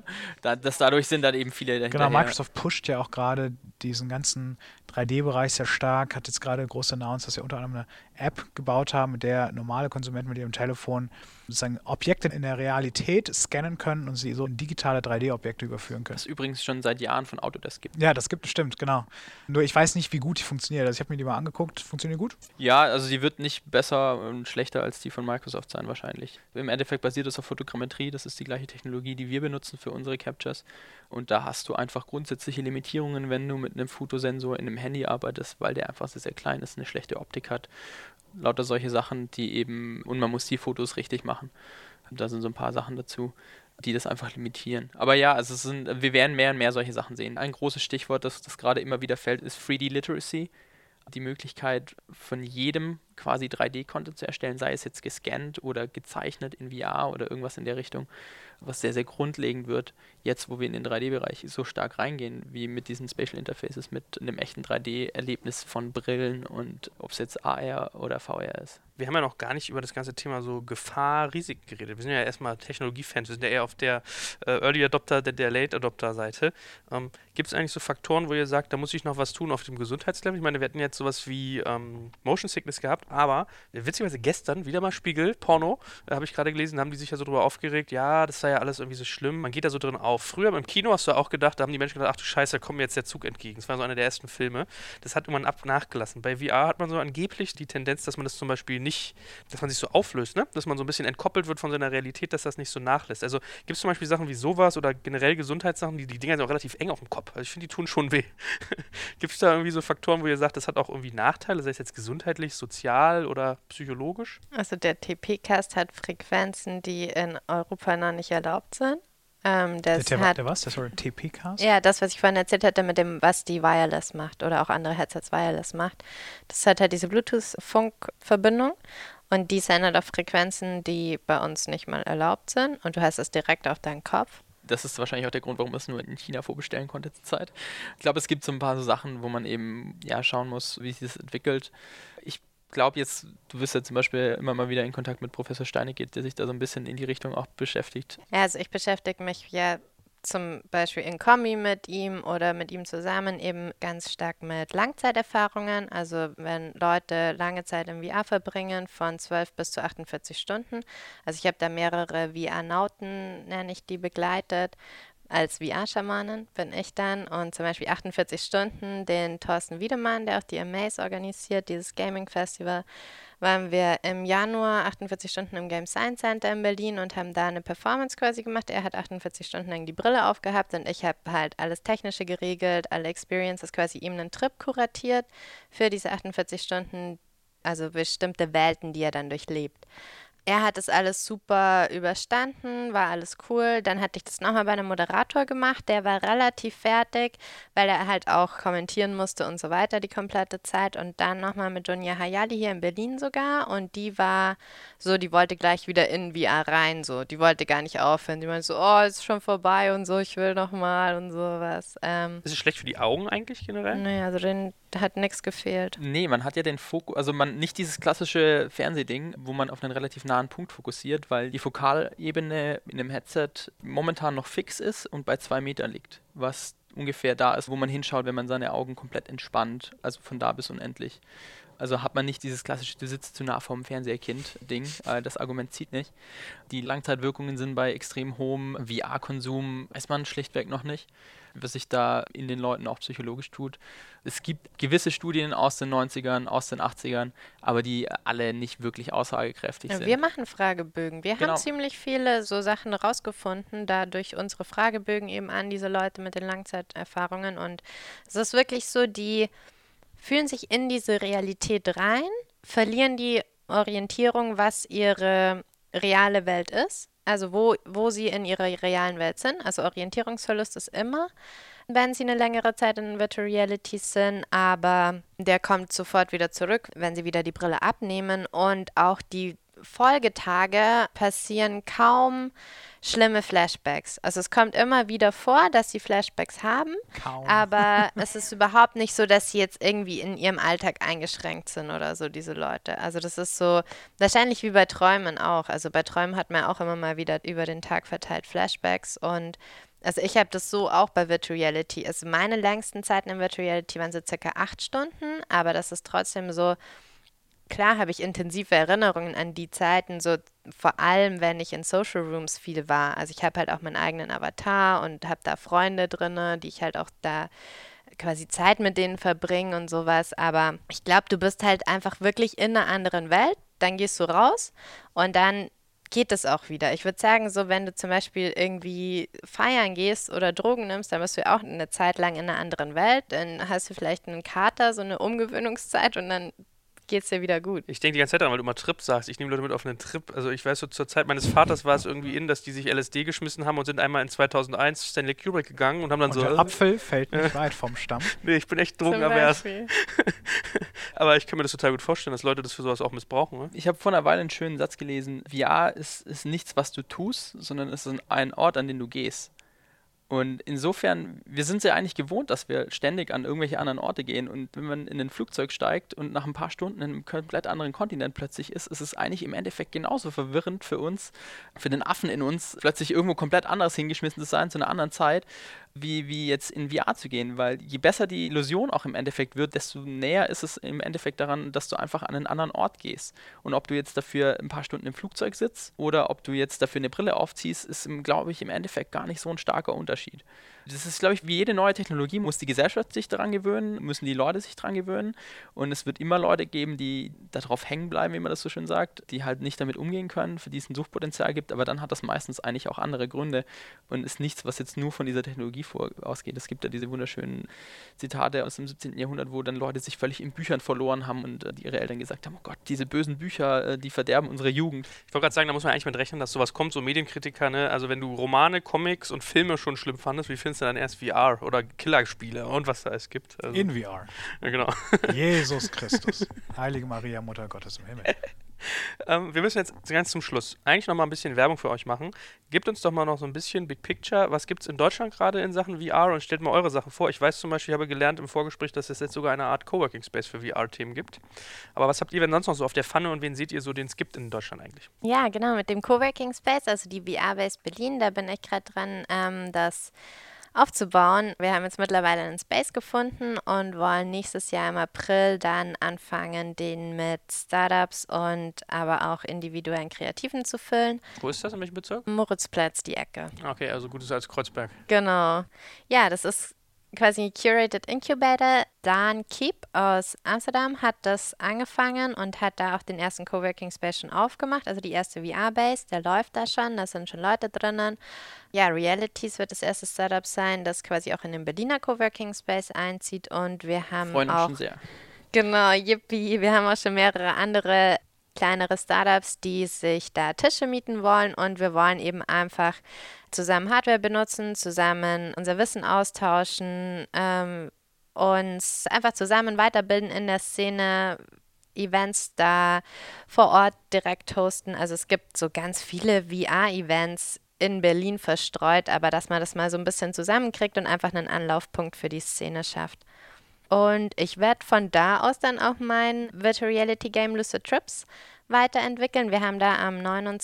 Dadurch sind dann eben viele dahinter. Genau, Microsoft pusht ja auch gerade diesen ganzen 3D-Bereich sehr stark, hat jetzt gerade groß announced, dass sie unter anderem eine App gebaut haben, mit der normale Konsumenten mit ihrem Telefon sozusagen Objekte in der Realität scannen können und sie so in digitale 3D-Objekte überführen können. Was es übrigens schon seit Jahren von Autodesk gibt. Ja, das gibt es, stimmt, genau. Nur ich weiß nicht, wie gut die funktioniert. Also ich habe mir die mal angeguckt. Funktioniert gut? Ja, also die wird nicht besser und schlechter als die von Microsoft sein wahrscheinlich. Im Endeffekt basiert es auf Fotogrammetrie. Das ist die gleiche Technologie, die wir benutzen für unsere Captures. Und da hast du einfach grundsätzliche Limitierungen, wenn du mit einem Fotosensor in einem Handy arbeitest, weil der einfach sehr, sehr klein ist, eine schlechte Optik hat. Lauter solche Sachen, die eben, und man muss die Fotos richtig machen. Da sind so ein paar Sachen dazu, die das einfach limitieren. Aber ja, also wir werden mehr und mehr solche Sachen sehen. Ein großes Stichwort, das gerade immer wieder fällt, ist 3D Literacy. Die Möglichkeit, von jedem quasi 3D-Content zu erstellen, sei es jetzt gescannt oder gezeichnet in VR oder irgendwas in der Richtung, was sehr, sehr grundlegend wird, jetzt wo wir in den 3D-Bereich so stark reingehen, wie mit diesen Spatial Interfaces, mit einem echten 3D-Erlebnis von Brillen und ob es jetzt AR oder VR ist. Wir haben ja noch gar nicht über das ganze Thema so Gefahr, Risiken geredet. Wir sind ja erstmal Technologiefans, wir sind ja eher auf der Early Adopter, der Late Adopter Seite. Gibt es eigentlich so Faktoren, wo ihr sagt, da muss ich noch was tun auf dem Gesundheitslevel? Ich meine, wir hatten jetzt sowas wie Motion Sickness gehabt, aber witzigerweise gestern wieder mal Spiegel, Porno, habe ich gerade gelesen, haben die sich ja so drüber aufgeregt, ja, das sei ja alles irgendwie so schlimm, man geht da so drin auf. Früher im Kino hast du auch gedacht, da haben die Menschen gedacht, ach du Scheiße, da kommt mir jetzt der Zug entgegen. Das war so einer der ersten Filme. Das hat irgendwann nachgelassen. Bei VR hat man so angeblich die Tendenz, dass man das zum Beispiel nicht, dass man sich so auflöst, ne? Dass man so ein bisschen entkoppelt wird von seiner Realität, dass das nicht so nachlässt. Also gibt es zum Beispiel Sachen wie sowas oder generell Gesundheitssachen, die Dinger sind auch relativ eng auf dem Kopf. Also ich finde, die tun schon weh. Gibt es da irgendwie so Faktoren, wo ihr sagt, das hat auch irgendwie Nachteile, sei es jetzt gesundheitlich, sozial oder psychologisch? Also der TP-Cast hat Frequenzen, die in Europa noch nicht erlaubt sind. Der soll ein TP-Cast? Ja, das, was ich vorhin erzählt hatte, mit dem, was die Wireless macht oder auch andere Headsets Wireless macht. Das hat halt diese Bluetooth-Funkverbindung und die sendet auf Frequenzen, die bei uns nicht mal erlaubt sind und du hast es direkt auf deinen Kopf. Das ist wahrscheinlich auch der Grund, warum man es nur in China vorbestellen konnte zur Zeit. Ich glaube, es gibt so ein paar so Sachen, wo man eben schauen muss, wie sich das entwickelt. Ich glaube jetzt, du wirst ja zum Beispiel immer mal wieder in Kontakt mit Professor Steinecke, der sich da so ein bisschen in die Richtung auch beschäftigt. Ja, also ich beschäftige mich ja zum Beispiel in Kombi mit ihm oder mit ihm zusammen eben ganz stark mit Langzeiterfahrungen. Also wenn Leute lange Zeit im VR verbringen, von 12 bis zu 48 Stunden. Also ich habe da mehrere VR-Nauten, nenne ich die, begleitet. Als VR-Schamanin bin ich dann und zum Beispiel 48 Stunden den Thorsten Wiedemann, der auch die Amaze organisiert, dieses Gaming-Festival, waren wir im Januar 48 Stunden im Game Science Center in Berlin und haben da eine Performance quasi gemacht. Er hat 48 Stunden lang die Brille aufgehabt und ich habe halt alles Technische geregelt, alle Experiences, quasi ihm einen Trip kuratiert für diese 48 Stunden, also bestimmte Welten, die er dann durchlebt. Er hat das alles super überstanden, war alles cool. Dann hatte ich das nochmal bei einem Moderator gemacht, der war relativ fertig, weil er halt auch kommentieren musste und so weiter die komplette Zeit. Und dann nochmal mit Jonia Hayali hier in Berlin sogar. Und die war so, die wollte gleich wieder in VR rein, so. Die wollte gar nicht aufhören. Die meinte so, oh, ist schon vorbei und so, ich will nochmal und sowas. Ist es schlecht für die Augen eigentlich generell? Naja, also denen hat nichts gefehlt. Nee, man hat ja den Fokus, also nicht dieses klassische Fernsehding, wo man auf einen relativ nahen Punkt fokussiert, weil die Fokalebene in einem Headset momentan noch fix ist und bei 2 Metern liegt, was ungefähr da ist, wo man hinschaut, wenn man seine Augen komplett entspannt, also von da bis unendlich. Also hat man nicht dieses klassische, du sitzt zu nah vorm Fernseherkind-Ding. Das Argument zieht nicht. Die Langzeitwirkungen sind bei extrem hohem VR-Konsum, weiß man schlichtweg noch nicht, was sich da in den Leuten auch psychologisch tut. Es gibt gewisse Studien aus den 90ern, aus den 80ern, aber die alle nicht wirklich aussagekräftig sind. Wir machen Fragebögen. Wir Genau. haben ziemlich viele so Sachen rausgefunden, da durch unsere Fragebögen eben an diese Leute mit den Langzeiterfahrungen. Und es ist wirklich so, die fühlen sich in diese Realität rein, verlieren die Orientierung, was ihre reale Welt ist, also wo sie in ihrer realen Welt sind. Also Orientierungsverlust ist immer, wenn sie eine längere Zeit in Virtual Reality sind, aber der kommt sofort wieder zurück, wenn sie wieder die Brille abnehmen und auch die Folgetage passieren kaum schlimme Flashbacks. Also es kommt immer wieder vor, dass sie Flashbacks haben, Kaum. aber es ist überhaupt nicht so, dass sie jetzt irgendwie in ihrem Alltag eingeschränkt sind oder so, diese Leute. Also das ist so, wahrscheinlich wie bei Träumen auch. Also bei Träumen hat man auch immer mal wieder über den Tag verteilt Flashbacks und also ich habe das so auch bei Virtual Reality. Also meine längsten Zeiten in Virtual Reality waren so circa 8 Stunden, aber das ist trotzdem so, klar habe ich intensive Erinnerungen an die Zeiten, so vor allem, wenn ich in Social Rooms viel war. Also ich habe halt auch meinen eigenen Avatar und habe da Freunde drin, die ich halt auch da quasi Zeit mit denen verbringe und sowas. Aber ich glaube, du bist halt einfach wirklich in einer anderen Welt. Dann gehst du raus und dann geht es auch wieder. Ich würde sagen, so wenn du zum Beispiel irgendwie feiern gehst oder Drogen nimmst, dann bist du ja auch eine Zeit lang in einer anderen Welt. Dann hast du vielleicht einen Kater, so eine Umgewöhnungszeit und dann geht es dir wieder gut. Ich denke die ganze Zeit daran, weil du immer Trip sagst. Ich nehme Leute mit auf einen Trip. Also ich weiß so, zur Zeit meines Vaters war es irgendwie dass die sich LSD geschmissen haben und sind einmal in 2001 Stanley Kubrick gegangen und haben dann Und so... der Apfel fällt nicht weit vom Stamm. Nee, ich bin echt drogenavers. Aber ich kann mir das total gut vorstellen, dass Leute das für sowas auch missbrauchen. Ne? Ich habe vor einer Weile einen schönen Satz gelesen. VR ist nichts, was du tust, sondern es ist ein Ort, an den du gehst. Und insofern, wir sind es ja eigentlich gewohnt, dass wir ständig an irgendwelche anderen Orte gehen. Und wenn man in ein Flugzeug steigt und nach ein paar Stunden in einem komplett anderen Kontinent plötzlich ist es eigentlich im Endeffekt genauso verwirrend für uns, für den Affen in uns, plötzlich irgendwo komplett anders hingeschmissen zu sein, zu einer anderen Zeit, wie jetzt in VR zu gehen. Weil je besser die Illusion auch im Endeffekt wird, desto näher ist es im Endeffekt daran, dass du einfach an einen anderen Ort gehst. Und ob du jetzt dafür ein paar Stunden im Flugzeug sitzt oder ob du jetzt dafür eine Brille aufziehst, ist, glaube ich, im Endeffekt gar nicht so ein starker Unterschied. Das ist, glaube ich, wie jede neue Technologie, muss die Gesellschaft sich daran gewöhnen, müssen die Leute sich daran gewöhnen und es wird immer Leute geben, die darauf hängen bleiben, wie man das so schön sagt, die halt nicht damit umgehen können, für die es ein Suchtpotenzial gibt, aber dann hat das meistens eigentlich auch andere Gründe und ist nichts, was jetzt nur von dieser Technologie ausgeht. Es gibt ja diese wunderschönen Zitate aus dem 17. Jahrhundert, wo dann Leute sich völlig in Büchern verloren haben und ihre Eltern gesagt haben, oh Gott, diese bösen Bücher, die verderben unsere Jugend. Ich wollte gerade sagen, da muss man eigentlich mit rechnen, dass sowas kommt, so Medienkritiker, ne? Also wenn du Romane, Comics und Filme schon schlimm fandest, wie findest du dann erst VR oder Killerspiele und was da es gibt? Also, In VR. ja, genau. Jesus Christus. Heilige Maria, Mutter Gottes im Himmel. Wir müssen jetzt ganz zum Schluss eigentlich noch mal ein bisschen Werbung für euch machen. Gebt uns doch mal noch so ein bisschen Big Picture. Was gibt es in Deutschland gerade in Sachen VR und stellt mal eure Sachen vor. Ich weiß zum Beispiel, ich habe gelernt im Vorgespräch, dass es jetzt sogar eine Art Coworking Space für VR-Themen gibt. Aber was habt ihr denn sonst noch so auf der Pfanne und wen seht ihr so, den es gibt in Deutschland eigentlich? Ja, genau, mit dem Coworking Space, also die VR-Base Berlin, da bin ich gerade dran, das aufzubauen. Wir haben jetzt mittlerweile einen Space gefunden und wollen nächstes Jahr im April dann anfangen, den mit Startups und aber auch individuellen Kreativen zu füllen. Wo ist das, in welchem Bezirk? Moritzplatz, die Ecke. Okay, also gutes als Kreuzberg. Genau. Ja, das ist quasi ein Curated Incubator. Dan Keep aus Amsterdam hat das angefangen und hat da auch den ersten Coworking Space schon aufgemacht, also die erste VR-Base, der läuft da schon, da sind schon Leute drinnen. Ja, Realities wird das erste Startup sein, das quasi auch in den Berliner Coworking Space einzieht und wir haben Freuen uns auch, schon sehr. genau, yippie, wir haben auch schon mehrere andere kleinere Startups, die sich da Tische mieten wollen und wir wollen eben einfach zusammen Hardware benutzen, zusammen unser Wissen austauschen, uns einfach zusammen weiterbilden in der Szene, Events da vor Ort direkt hosten. Also es gibt so ganz viele VR-Events in Berlin verstreut, aber dass man das mal so ein bisschen zusammenkriegt und einfach einen Anlaufpunkt für die Szene schafft. Und ich werde von da aus dann auch mein Virtual Reality Game Lucid Trips weiterentwickeln. Wir haben da am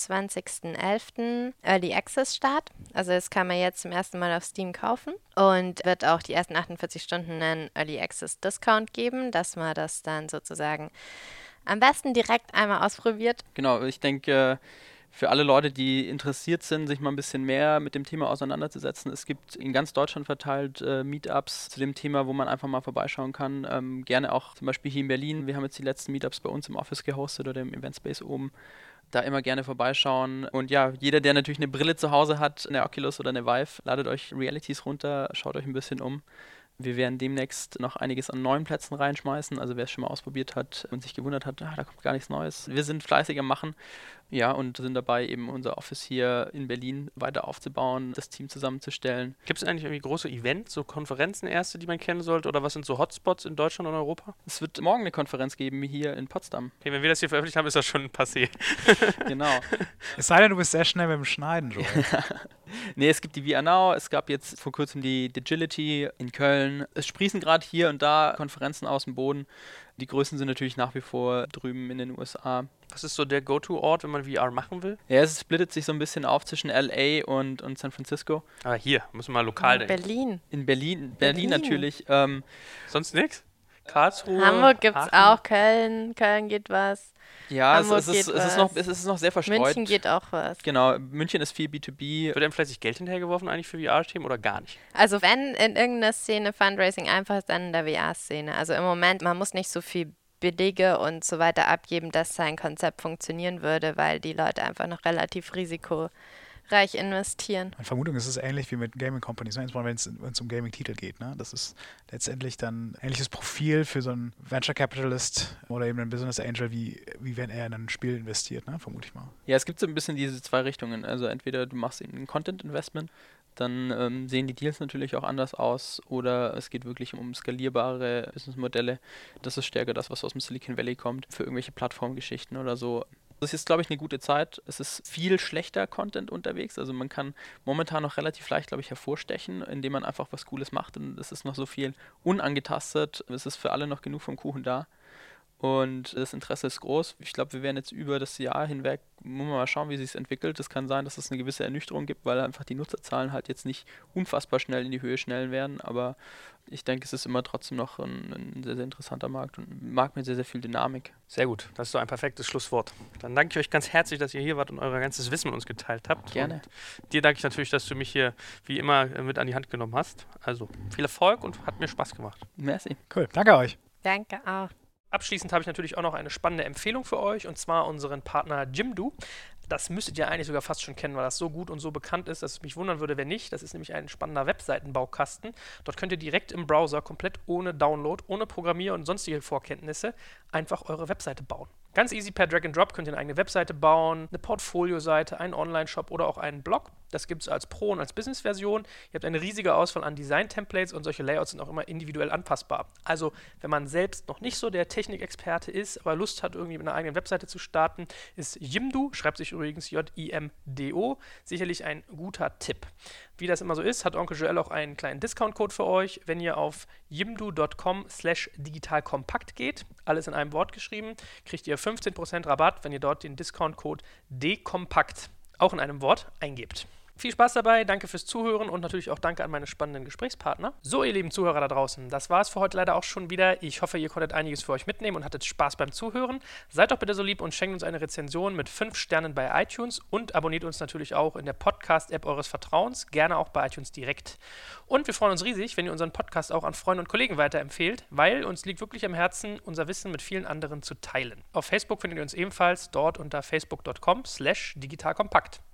29.11. Early Access Start. Also das kann man jetzt zum ersten Mal auf Steam kaufen und wird auch die ersten 48 Stunden einen Early Access Discount geben, dass man das dann sozusagen am besten direkt einmal ausprobiert. Genau, ich denke, für alle Leute, die interessiert sind, sich mal ein bisschen mehr mit dem Thema auseinanderzusetzen. Es gibt in ganz Deutschland verteilt Meetups zu dem Thema, wo man einfach mal vorbeischauen kann. Gerne auch zum Beispiel hier in Berlin. Wir haben jetzt die letzten Meetups bei uns im Office gehostet oder im Eventspace oben. Da immer gerne vorbeischauen. Und ja, jeder, der natürlich eine Brille zu Hause hat, eine Oculus oder eine Vive, ladet euch Realities runter, schaut euch ein bisschen um. Wir werden demnächst noch einiges an neuen Plätzen reinschmeißen. Also wer es schon mal ausprobiert hat und sich gewundert hat, da kommt gar nichts Neues. Wir sind fleißig am Machen Ja, und sind dabei, eben unser Office hier in Berlin weiter aufzubauen, das Team zusammenzustellen. Gibt es eigentlich irgendwie große Events, so Konferenzen erste, die man kennen sollte? Oder was sind so Hotspots in Deutschland und Europa? Es wird morgen eine Konferenz geben hier in Potsdam. Okay, wenn wir das hier veröffentlicht haben, ist das schon passé. Genau. Es sei denn, du bist sehr schnell mit dem Schneiden, Joel. Nee, es gibt die VR Now, es gab jetzt vor kurzem die Digility in Köln. Es sprießen gerade hier und da Konferenzen aus dem Boden. Die größten sind natürlich nach wie vor drüben in den USA. Was ist so der Go-To-Ort, wenn man VR machen will? Ja, es splittet sich so ein bisschen auf zwischen LA und San Francisco. Aber hier, müssen wir mal lokal denken. Berlin. In Berlin natürlich. Sonst nichts? Karlsruhe? Hamburg gibt es Aachen? auch, Köln geht was. Ja, Hamburg es geht ist noch sehr verstreut. München geht auch was. Genau, München ist viel B2B. Wird einem vielleicht Geld hinterhergeworfen eigentlich für VR-Themen oder gar nicht? Also wenn in irgendeiner Szene Fundraising einfach ist, dann in der VR-Szene. Also im Moment, man muss nicht so viel Belege und so weiter abgeben, dass sein Konzept funktionieren würde, weil die Leute einfach noch relativ risikoreich investieren. Meine Vermutung ist es ähnlich wie mit Gaming Companies, ne? Insbesondere wenn es um Gaming-Titel geht. Ne? Das ist letztendlich dann ein ähnliches Profil für so einen Venture Capitalist oder eben einen Business Angel, wie wenn er in ein Spiel investiert, ne? Vermute ich mal. Ja, es gibt so ein bisschen diese zwei Richtungen. Also entweder du machst ein Content-Investment, dann sehen die Deals natürlich auch anders aus, oder es geht wirklich um skalierbare Businessmodelle. Das ist stärker das, was aus dem Silicon Valley kommt, für irgendwelche Plattformgeschichten oder so. Das ist, glaube ich, eine gute Zeit. Es ist viel schlechter Content unterwegs. Also man kann momentan noch relativ leicht, glaube ich, hervorstechen, indem man einfach was Cooles macht. Und es ist noch so viel unangetastet. Es ist für alle noch genug vom Kuchen da. Und das Interesse ist groß. Ich glaube, wir werden jetzt über das Jahr hinweg, muss man mal schauen, wie sich es entwickelt. Es kann sein, dass es eine gewisse Ernüchterung gibt, weil einfach die Nutzerzahlen halt jetzt nicht unfassbar schnell in die Höhe schnellen werden. Aber ich denke, es ist immer trotzdem noch ein sehr, sehr interessanter Markt und ein Markt mit sehr, sehr viel Dynamik. Sehr gut, das ist so ein perfektes Schlusswort. Dann danke ich euch ganz herzlich, dass ihr hier wart und euer ganzes Wissen mit uns geteilt habt. Gerne. Und dir danke ich natürlich, dass du mich hier wie immer mit an die Hand genommen hast. Also viel Erfolg und hat mir Spaß gemacht. Merci. Cool, danke euch. Danke auch. Abschließend habe ich natürlich auch noch eine spannende Empfehlung für euch, und zwar unseren Partner Jimdo. Das müsstet ihr eigentlich sogar fast schon kennen, weil das so gut und so bekannt ist, dass es mich wundern würde, wenn nicht. Das ist nämlich ein spannender Webseitenbaukasten. Dort könnt ihr direkt im Browser, komplett ohne Download, ohne Programmier- und sonstige Vorkenntnisse, einfach eure Webseite bauen. Ganz easy per Drag and Drop könnt ihr eine eigene Webseite bauen, eine Portfolio-Seite, einen Online-Shop oder auch einen Blog. Das gibt es als Pro- und als Business-Version. Ihr habt eine riesige Auswahl an Design-Templates und solche Layouts sind auch immer individuell anpassbar. Also, wenn man selbst noch nicht so der Technikexperte ist, aber Lust hat, irgendwie mit einer eigenen Webseite zu starten, ist Jimdo, schreibt sich übrigens Jimdo, sicherlich ein guter Tipp. Wie das immer so ist, hat Onkel Joel auch einen kleinen Discount-Code für euch, wenn ihr auf jimdo.com/digitalkompakt geht, alles in einem Wort geschrieben, kriegt ihr 15% Rabatt, wenn ihr dort den Discount-Code DKOMPAKT auch in einem Wort eingebt. Viel Spaß dabei, danke fürs Zuhören und natürlich auch danke an meine spannenden Gesprächspartner. So, ihr lieben Zuhörer da draußen, das war es für heute leider auch schon wieder. Ich hoffe, ihr konntet einiges für euch mitnehmen und hattet Spaß beim Zuhören. Seid doch bitte so lieb und schenkt uns eine Rezension mit 5 Sternen bei iTunes und abonniert uns natürlich auch in der Podcast-App eures Vertrauens, gerne auch bei iTunes direkt. Und wir freuen uns riesig, wenn ihr unseren Podcast auch an Freunde und Kollegen weiterempfehlt, weil uns liegt wirklich am Herzen, unser Wissen mit vielen anderen zu teilen. Auf Facebook findet ihr uns ebenfalls, dort unter facebook.com/digitalkompakt.